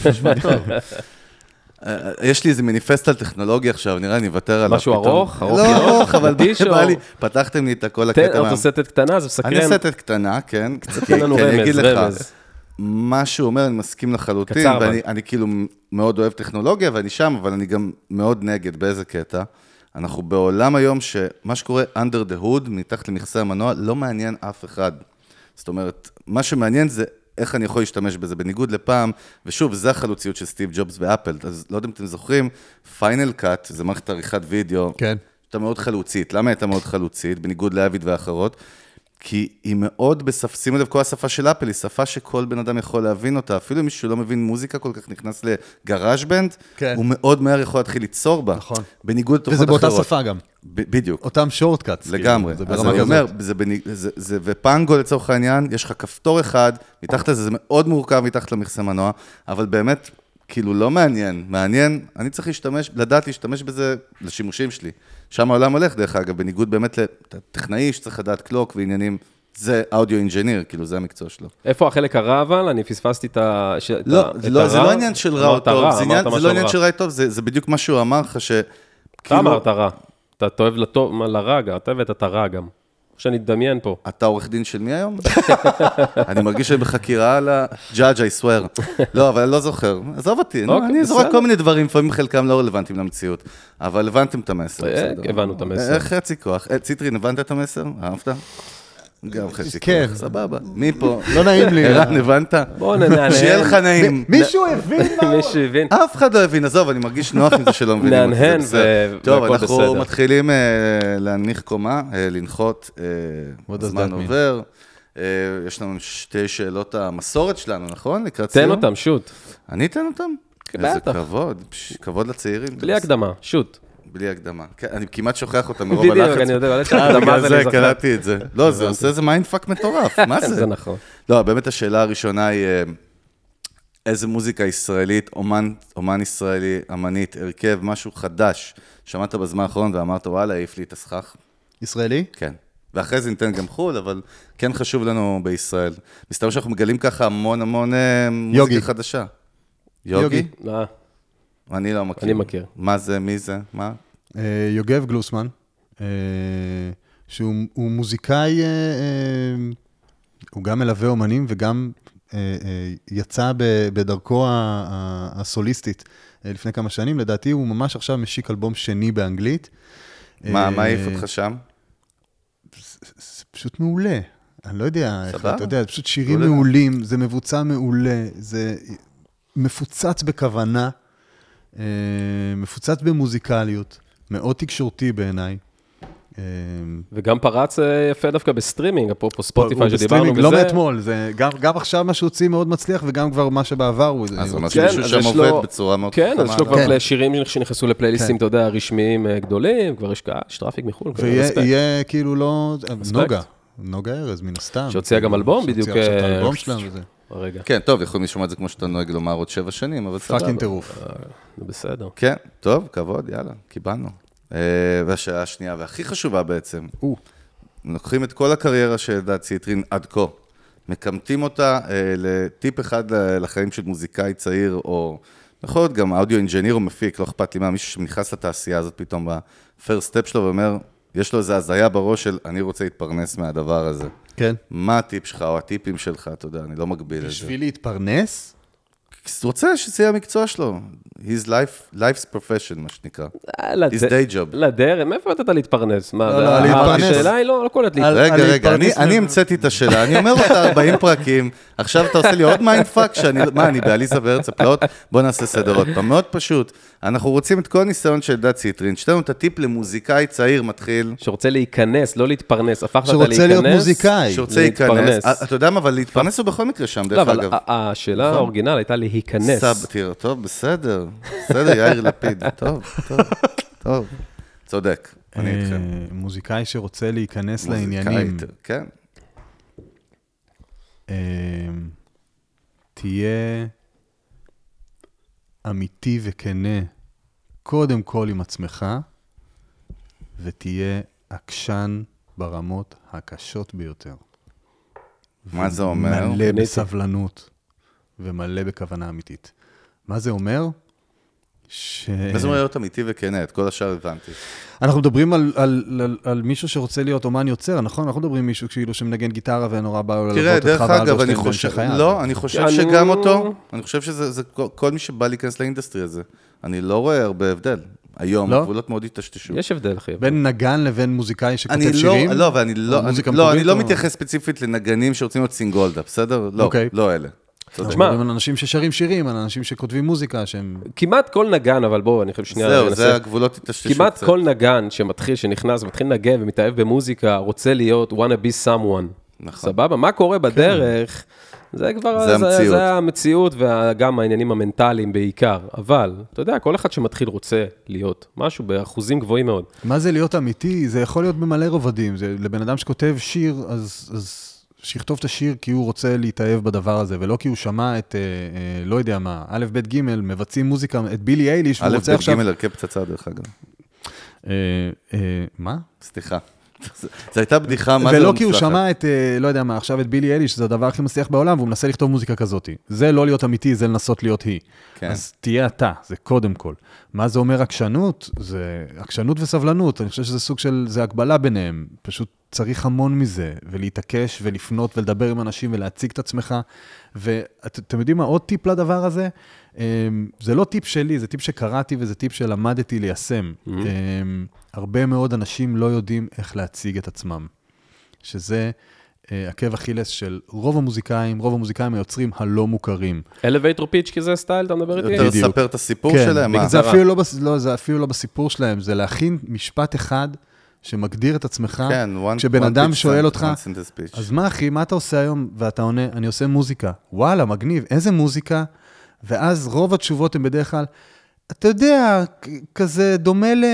יש לי איזה מניפסט על טכנולוגיה עכשיו, נראה, אני אוותר עליו. משהו ארוך? לא ארוך, אבל בא לי, פתחתם לי את הכל הקטע. אתה עושה סטת קטנה, זה מסקרן. אני עושה סטת קטנה, כן. כי אני אגיד לך, מה שהוא אומר, אני מסכים לחלוטין, ואני כאילו מאוד אוהב טכנולוגיה, ואני שם, אבל אני גם מאוד נגד באיזה קטע. אנחנו בעולם היום שמה שקורה under the hood, מתחת למכסה המנוע, לא מעניין אף אחד. זאת אומרת, מה שמעניין זה איך אני יכול להשתמש בזה, בניגוד לפעם, ושוב, זה החלוציות של סטיב ג'ובס ואפל, אז לא יודע אם אתם זוכרים, פיינל קאט, זה מערכת עריכת וידאו, כן. הייתה מאוד חלוצית. למה הייתה מאוד חלוצית, בניגוד לאביד ואחרות? כי היא מאוד בספסים עליו, כל השפה של אפל היא שפה שכל בן אדם יכול להבין אותה, אפילו אם מישהו לא מבין מוזיקה כל כך נכנס לגראז' בנד, כן. הוא מאוד מהר יכול להתחיל ליצור בה. נכון. בניגוד לתוכנות אחרות. וזה באותה שפה גם. ב- בדיוק. אותם שורטקאטס. לגמרי. כאילו, אז אני אומר, זה, בניג... זה, זה, ופנגו לצורך העניין, יש לך כפתור אחד, מתחת לזה, זה מאוד מורכב מתחת למכסה מנוע, אבל באמת, כאילו לא מעניין, מעניין, אני צריך להשתמש, לדעת להשתמש בזה לשימושים שלי. שם העולם הולך, דרך אגב, בניגוד באמת לטכנאי שצריך לדעת קלוק ועניינים, זה אודיו אינג'יניר, כאילו זה המקצוע שלו. איפה החלק הרע אבל? אני פספסתי את ה... לא, זה לא עניין של רע או טוב, זה לא עניין של רע או טוב, זה בדיוק מה שהוא אמר לך ש... אתה אמרת רע, אתה אוהב לרע, אתה הבאת את הרע גם. שאני אתדמיין פה. אתה עורך דין של מי היום? אני מרגיש שאני בחקירה על ה-judge, I swear. לא, אבל אני לא זוכר. עזוב אותי, אני זוכר כל מיני דברים, לפעמים חלקם לא רלוונטיים למציאות, אבל הבנתם את המסר. הבנו את המסר. חצי כוח. ציטרין, הבנת את המסר? אהבת? גם חצי כוח, סבבה. מי פה? לא נעים לי. ערן, הבנת? בוא ננהל. שיהיה לך נעים. מישהו הבין מה? מישהו הבין. אף אחד לא הבין, עזוב, אני מרגיש נוח עם זה שלא מבינים. נהנהן טוב, והכל אנחנו בסדר. מתחילים להניח קומה, לנחות, זמן עובר. יש לנו שתי שאלות המסורת שלנו, נכון? לקראת סיום. תן אותם, שוט. אני אתן אותם? בטח. איזה כבוד, כבוד לצעירים. בלי הקדמה, שוט. בלי הקדמה. אני כמעט שוכח אותם מרוב הלחץ. בדיוק, אני יודע, אבל יש הקדמה זה לזכר. קלטתי את זה. לא, זה עושה איזה מיינדפאק מטורף, מה זה? זה נכון. לא, באמת השאלה הראשונה היא, איזה מוזיקה ישראלית, אומן, אומן ישראלי, אמנית, הרכב, משהו חדש, שמעת בזמן האחרון ואמרת, וואלה, העיף לי את הסכך? ישראלי? כן. ואחרי זה ניתן גם חול, אבל כן חשוב לנו בישראל. מסתבר שאנחנו מגלים ככה המון המון מוזיקה חדשה. יוגי? לא. אני לא מכיר. אני מכיר. מה זה, מי זה, מה? יוגב גלוסמן, שהוא מוזיקאי, הוא גם מלווה אומנים וגם יצא בדרכו הסוליסטית לפני כמה שנים. לדעתי הוא ממש עכשיו משיק אלבום שני באנגלית. מה, מה העיף אותך שם? זה פשוט מעולה. אני לא יודע, אתה יודע, זה פשוט שירים מעולים, זה מבוצע מעולה, זה מפוצץ בכוונה, מפוצץ במוזיקליות, מאוד תקשורתי בעיניי. וגם פרץ יפה דווקא בסטרימינג, אפרופו ספוטיפיי שדיברנו בזה. לא מאתמול, גם עכשיו מה שהוציא מאוד מצליח, וגם כבר מה שבעבר הוא... אז ממש מישהו שם עובד בצורה מאוד חכמה. כן, אז יש לו כבר שירים שנכנסו לפלייליסטים, אתה יודע, רשמיים גדולים, כבר יש טראפיק מחול. ויהיה כאילו לא... נוגה, נוגה ארז, מן הסתם. שהוציאה גם אלבום בדיוק. שהוציאה עכשיו את האלבום שלהם וזה. רגע. כן, טוב, יכולים לשמוע את זה כמו שאתה נוהג לומר עוד שבע שנים, אבל סבבה. פאקינג טירוף. זה בסדר. כן, טוב, כבוד, יאללה, קיבלנו. והשאלה השנייה, והכי חשובה בעצם, לוקחים את כל הקריירה של דעת ציטרין עד כה, מקמטים אותה לטיפ אחד לחיים של מוזיקאי צעיר, או יכול להיות גם אודיו אינג'יניר או מפיק, לא אכפת לי מה, מישהו שנכנס לתעשייה הזאת פתאום בפרסט סטפ שלו, ואומר, יש לו איזו הזיה בראש של, אני רוצה להתפרנס מהדבר הזה. כן. מה הטיפ שלך, או הטיפים שלך, אתה יודע, אני לא מגביל את זה. בשביל להתפרנס? רוצה שזה יהיה המקצוע שלו. His life, life's profession, מה שנקרא. His day job. לדרך, מאיפה אתה להתפרנס? לא, לא, להתפרנס. השאלה היא לא קולט להתפרנס. רגע, רגע, אני המצאתי את השאלה, אני אומר אותה ארבעים פרקים, עכשיו אתה עושה לי עוד מיינדפאק, מה, אני באליזה וארץ הפלאות? בוא נעשה סדר עוד פעם, מאוד פשוט. אנחנו רוצים את כל ניסיון של דעת ציטרין, שתנו את הטיפ למוזיקאי צעיר מתחיל. שרוצה להיכנס, לא להתפרנס, הפכת אותה שרוצה להיות מוזיקאי. שרוצה להיכנס. אתה יודע מה, אבל להתפרנס הוא בכל מקרה שם, דרך אגב. לא, אבל השאלה האורגינל הייתה להיכנס. סב, תראה, טוב, בסדר. בסדר, יאיר לפיד. טוב, טוב, טוב. צודק, אני איתכם. מוזיקאי שרוצה להיכנס לעניינים. כן. תהיה אמיתי וכנה, קודם כל עם עצמך, ותהיה עקשן ברמות הקשות ביותר. מה זה אומר? מלא בסבלנות, ומלא בכוונה אמיתית. מה זה אומר? ש... מה זה אומר להיות אמיתי וכנה? את כל השאר הבנתי. אנחנו מדברים על, על, על, על מישהו שרוצה להיות אומן יוצר, נכון? אנחנו מדברים מישהו כאילו שמנגן גיטרה ונורא באו ללוות אותך. תראה, דרך אגב, אני חושב, לא, אני חושב שגם אותו, אני חושב שזה כל מי שבא להיכנס לאינדסטרי הזה. אני לא רואה הרבה הבדל. היום, גבולות מאוד התשתשו. יש הבדל, אחי. בין נגן לבין מוזיקאי שכותב שירים? לא, ואני לא, אני לא מתייחס ספציפית לנגנים שרוצים להיות סינגולדה, בסדר? לא, לא אלה. אנחנו מדברים על אנשים ששרים שירים, על אנשים שכותבים מוזיקה, שהם... כמעט כל נגן, אבל בואו, אני חושב שנייה... זהו, זה הגבולות התשתשו. כמעט כל נגן שמתחיל, שנכנס, מתחיל לנגן ומתאהב במוזיקה, רוצה להיות wanna be someone. סבבה? מה קורה בדרך? זה כבר... זה המציאות. זה המציאות, וגם העניינים המנטליים בעיקר. אבל, אתה יודע, כל אחד שמתחיל רוצה להיות משהו באחוזים גבוהים מאוד. מה זה להיות אמיתי? זה יכול להיות במלא רובדים. זה לבן אדם שכותב שיר, אז... אז... שיכתוב את השיר כי הוא רוצה להתאהב בדבר הזה, ולא כי הוא שמע את, אה, אה, לא יודע מה, א', ב', ג', מבצעים מוזיקה, את בילי אייליש, והוא רוצה עכשיו... א', ב', ג', הרכב פצצה דרך אגב. אה, אה, מה? סליחה. זו הייתה בדיחה, מה זה ולא כי הוא שמע את, אה, לא יודע מה, עכשיו את בילי אייליש, שזה הדבר הכי מצליח בעולם, והוא מנסה לכתוב מוזיקה כזאת. זה לא להיות אמיתי, זה לנסות להיות היא. כן. אז תהיה אתה, זה קודם כל. מה זה אומר עקשנות? זה עקשנות וסבלנות. אני חושב שזה סוג של, זה הגבלה ביניהם. פשוט צריך המון מזה, ולהתעקש ולפנות ולדבר עם אנשים ולהציג את עצמך, ואתם יודעים מה, עוד טיפ לדבר הזה? זה לא טיפ שלי, זה טיפ שקראתי וזה טיפ שלמדתי ליישם. הרבה מאוד אנשים לא יודעים איך להציג את עצמם, שזה עקב אכילס של רוב המוזיקאים, רוב המוזיקאים היוצרים הלא מוכרים. elevator pitch כזה סטייל, אתה מדבר איתי? יותר לספר את הסיפור שלהם, מה? זה אפילו לא, לא, זה אפילו לא בסיפור שלהם, זה להכין משפט אחד שמגדיר את עצמך, כן, one, כשבן one אדם שואל אותך, speech. אז מה אחי, מה אתה עושה היום? ואתה עונה, אני עושה מוזיקה. וואלה, מגניב, איזה מוזיקה? ואז רוב התשובות הן בדרך כלל, אתה יודע, כזה דומה ל...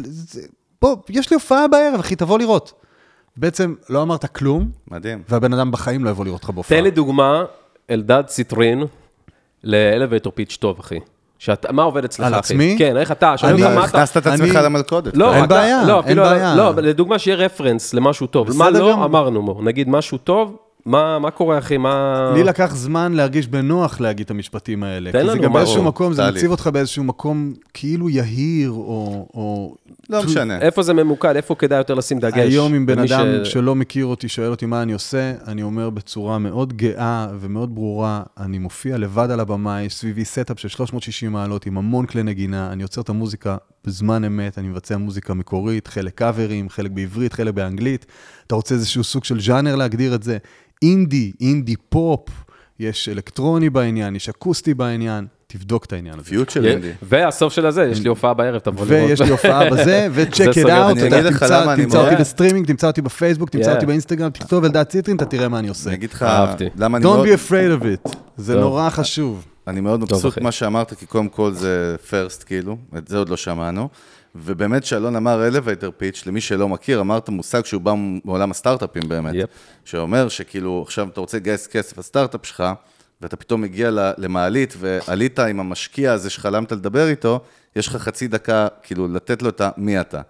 בוא, יש לי הופעה בערב, אחי, תבוא לראות. בעצם לא אמרת כלום, מדהים. והבן אדם בחיים לא יבוא לראות לך בהופעה. תן לי דוגמה, אלדד ציטרין, לאלווייטור פיץ' טוב, אחי. מה עובד אצלך, אחי? על עצמי? כן, איך אתה? הכנסת את עצמך למלכודת. אין בעיה, אין בעיה. לא, לדוגמה שיהיה רפרנס למשהו טוב. מה לא אמרנו, נגיד משהו טוב, מה קורה, אחי? לי לקח זמן להרגיש בנוח להגיד את המשפטים האלה. תן לנו, כי זה גם באיזשהו מקום, זה מציב אותך באיזשהו מקום כאילו יהיר, או... לא משנה. איפה זה ממוקד? איפה כדאי יותר לשים דגש? היום אם בן אדם שלא מכיר אותי, שואל אותי מה אני עושה, אני אומר בצורה מאוד גאה ומאוד ברורה, אני מופיע לבד על הבמה, יש סביבי סטאפ של שלוש מאות ושישים מעלות, עם המון כלי נגינה, אני יוצר את המוזיקה בזמן אמת, אני מבצע מוזיקה מקורית, חלק קאברים, חלק בעברית, חלק באנגלית. אתה רוצה איזשהו סוג של ז'אנר להגדיר את זה? אינדי, אינדי פופ, יש אלקטרוני בעניין, יש אקוסטי בעניין, תבדוק את העניין הזה. פיוטר אינדי. והסוף של הזה, יש לי הופעה בערב, תבוא לראות. ויש לי הופעה בזה, וצ'ק את אאוט, תמצא אותי בסטרימינג, תמצא אותי בפייסבוק, תמצא אותי באינסטגרם, תכתוב אלדד ציטרין, אתה תראה מה אני עושה. אני אגיד לך, למה אני Don't מאוד... be afraid of it, זה נורא חשוב. אני מאוד מבסוט מה שאמרת, כי קודם כל זה first, כאילו, את זה עוד לא שמענו. ובאמת שאלון אמר elevator pitch, למי שלא מכיר, אמרת מושג שהוא בא מעולם הסטארט-אפים באמת, yep. שאומר שכאילו עכשיו אתה רוצה לגייס כסף הסטארט-אפ שלך, ואתה פתאום מגיע למעלית, ועלית עם המשקיע הזה שחלמת לדבר איתו, יש לך חצי דקה כאילו לתת לו את מי אתה.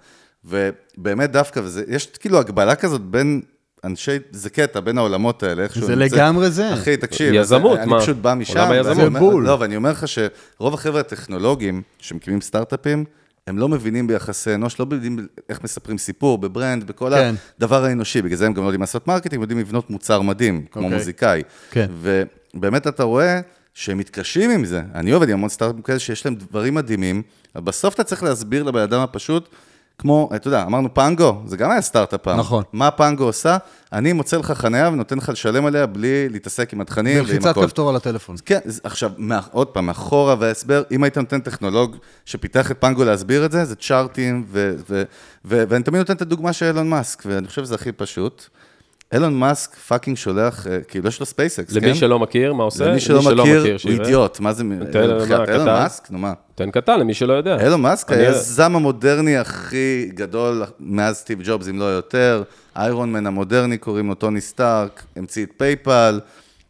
ובאמת דווקא, וזה, יש כאילו הגבלה כזאת בין אנשי, זה קטע, בין העולמות האלה, זה לגמרי זה. אחי, תקשיב, יזמות, אני מה? פשוט בא משם, זה בול. לא, ואני אומר לך שרוב החבר'ה הטכנולוגיים שמקימים סטארט-אפים, הם לא מבינים ביחסי אנוש, לא יודעים איך מספרים סיפור, בברנד, בכל כן. הדבר האנושי. בגלל זה הם גם לא יודעים לעשות מרקטינג, יודעים לבנות מוצר מדהים, כמו okay. מוזיקאי. כן. ובאמת אתה רואה שהם מתקשים עם זה. אני עובד עם המון סטארט-אפים כאלה שיש להם דברים מדהימים, אבל בסוף אתה צריך להסביר לבן אדם הפשוט, כמו, אתה יודע, אמרנו פנגו, זה גם היה סטארט-אפ פעם. נכון. מה פנגו עושה? אני מוצא לך חניה ונותן לך לשלם עליה בלי להתעסק עם התכנים ועם הכל. בלחיצת כפתור על הטלפון. כן, עכשיו, עוד פעם, מאחורה וההסבר, אם היית נותן טכנולוג שפיתח את פנגו להסביר את זה, זה צ'ארטים, ואני תמיד נותן את הדוגמה של אילון מאסק, ואני חושב שזה הכי פשוט. אילון מאסק פאקינג שולח, כאילו יש לו ספייסקס, כן? למי שלא מכיר, מה עושה? למי שלא מכיר, הוא אידיוט. מה זה? אילון מאסק? נו מה? תן קטן למי שלא יודע. אילון מאסק היה היזם המודרני הכי גדול מאז סטיב ג'ובס, אם לא יותר. איירון מן המודרני, קוראים לו טוני סטארק, המציא את פייפל,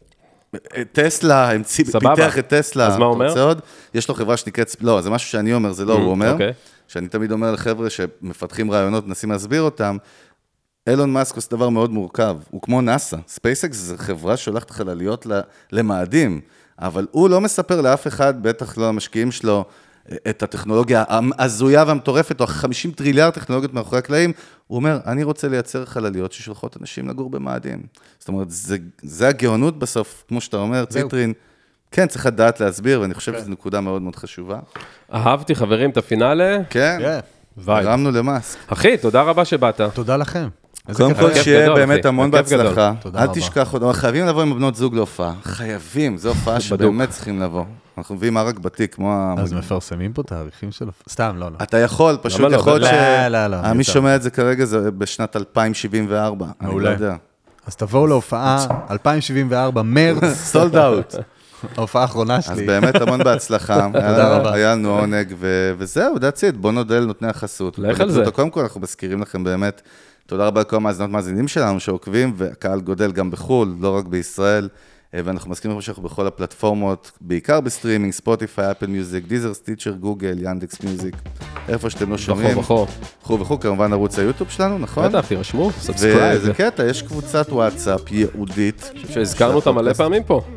טסלה, המציא, פיתח את טסלה. אז מה הוא אומר? יש לו חברה שנקראת, לא, זה משהו שאני אומר, זה לא, הוא אומר. שאני תמיד אומר לחבר'ה שמפתחים רעיונות, מנסים להסביר אותם, אילון מאסק עושה דבר מאוד מורכב, הוא כמו נאסא, ספייסקס זה חברה שהולכת חלליות למאדים, אבל הוא לא מספר לאף אחד, בטח לא המשקיעים שלו, את הטכנולוגיה הזויה והמטורפת, או חמישים טריליארד טכנולוגיות מאחורי הקלעים, הוא אומר, אני רוצה לייצר חלליות ששולחות אנשים לגור במאדים. זאת אומרת, זה, זה הגאונות בסוף, כמו שאתה אומר, ציטרין, כן, צריך לדעת להסביר, ואני חושב שזו נקודה מאוד מאוד חשובה. אהבתי, חברים, את הפינאלה. כן, הרמנו למאסק. אחי, תודה רבה שבאת. תודה לכם. קודם כל שיהיה באמת המון בהצלחה. אל תשכח עוד, חייבים לבוא עם בנות זוג להופעה. חייבים, זו הופעה שבאמת צריכים לבוא. אנחנו מביאים ערק בתיק, כמו... אז מפרסמים פה תאריכים שלו? סתם, לא, לא. אתה יכול, פשוט יכול ש... מי שומע את זה כרגע, זה בשנת אלפיים שבעים וארבע. אני לא יודע. אז תבואו להופעה, אלפיים שבעים וארבע, מרץ. סולד אאוט. ההופעה האחרונה שלי. אז באמת המון בהצלחה. תודה רבה. היה לנו עונג, וזהו, that's it. בוא נודה לנותני החסות. לך על זה. קודם כל, אנחנו מזכירים לכם באמת, תודה רבה לכל המאזינות מאזינים שלנו שעוקבים, והקהל גודל גם בחול, לא רק בישראל, ואנחנו מזכירים לכם שאנחנו בכל הפלטפורמות, בעיקר בסטרימינג, ספוטיפיי, אפל מיוזיק, דיזר, סטיצ'ר, גוגל, ינדקס מיוזיק, איפה שאתם לא שומעים. בחור, בחור. בחור, בחור, כמובן ערוץ היוטיוב שלנו, נכון? בטח, תירשמו, סאבסקרייב. וזה קטע, יש קבוצת וואטסאפ ייעודית. שהזכרנו אותה מלא פעמים פה.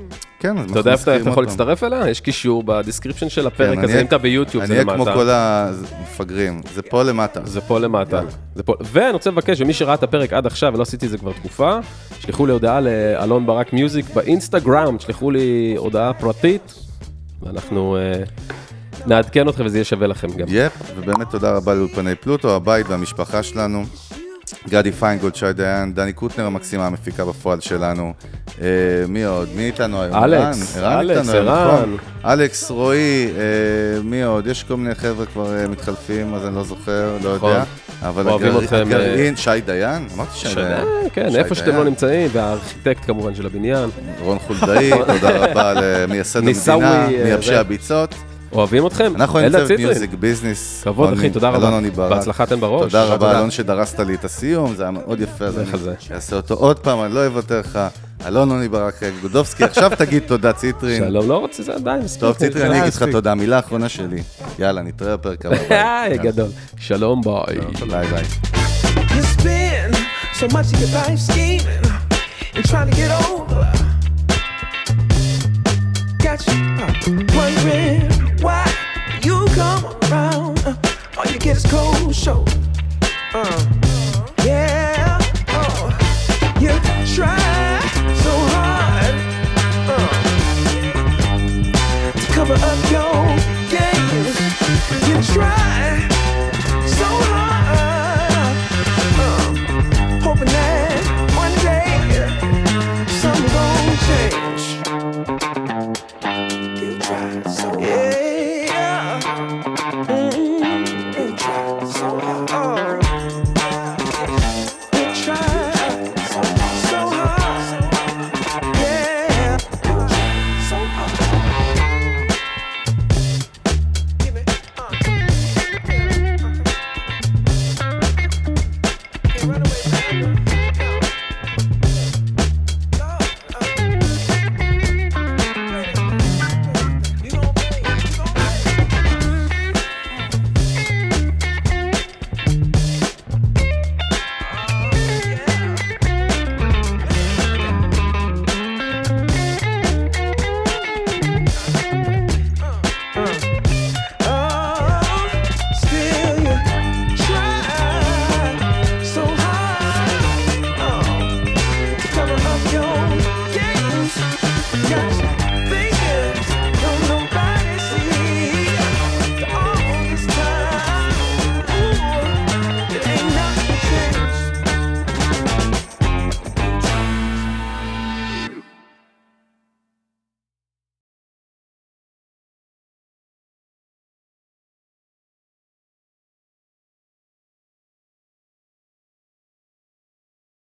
כן, אז אתה יודע איפה אתה יכול להצטרף אליה? יש קישור בדיסקריפשן של הפרק הזה, אם אתה ביוטיוב זה למטה. אני אהיה כמו כל המפגרים, זה פה למטה. זה פה למטה. ואני רוצה לבקש, ומי שראה את הפרק עד עכשיו, ולא עשיתי את זה כבר תקופה, שלחו לי הודעה לאלון ברק מיוזיק באינסטגרם, שלחו לי הודעה פרטית, ואנחנו נעדכן אתכם וזה יהיה שווה לכם גם. יפ, ובאמת תודה רבה לאולפני פלוטו, הבית והמשפחה שלנו. גדי פיינגולד, שי דיין, דני קוטנר המקסימה, המפיקה בפועל שלנו. אה, מי עוד? מי איתנו היום? אלכס, ערן? אלכס, ערן. אלכס, רועי, אה, מי עוד? יש כל מיני חבר'ה כבר אה, מתחלפים, אז אני לא זוכר, לא יודע. אבל אוהבים אתכם. הגרעין, שי דיין? אמרתי שי דיין. כן, איפה שאתם לא נמצאים, והארכיטקט כמובן של הבניין. רון חולדאי, תודה רבה למייסד המדינה, מייבשי הביצות. אוהבים אתכם? אנחנו עם צוות מיוזיק ביזנס. כבוד אחי, תודה רבה. בהצלחה אתם בראש. תודה רבה, אלון שדרסת לי את הסיום, זה היה מאוד יפה, אז אני אעשה אותו עוד פעם, אני לא אוותר לך. אלון עוני ברק גודובסקי, עכשיו תגיד תודה ציטרין. שלום, לא רוצה, זה עדיין מספיק. טוב ציטרין, אני אגיד לך תודה, מילה האחרונה שלי. יאללה, נתראה בפרק הבא. היי, גדול. שלום, ביי. ביי ביי. You spend so much of your life scheming and trying to get over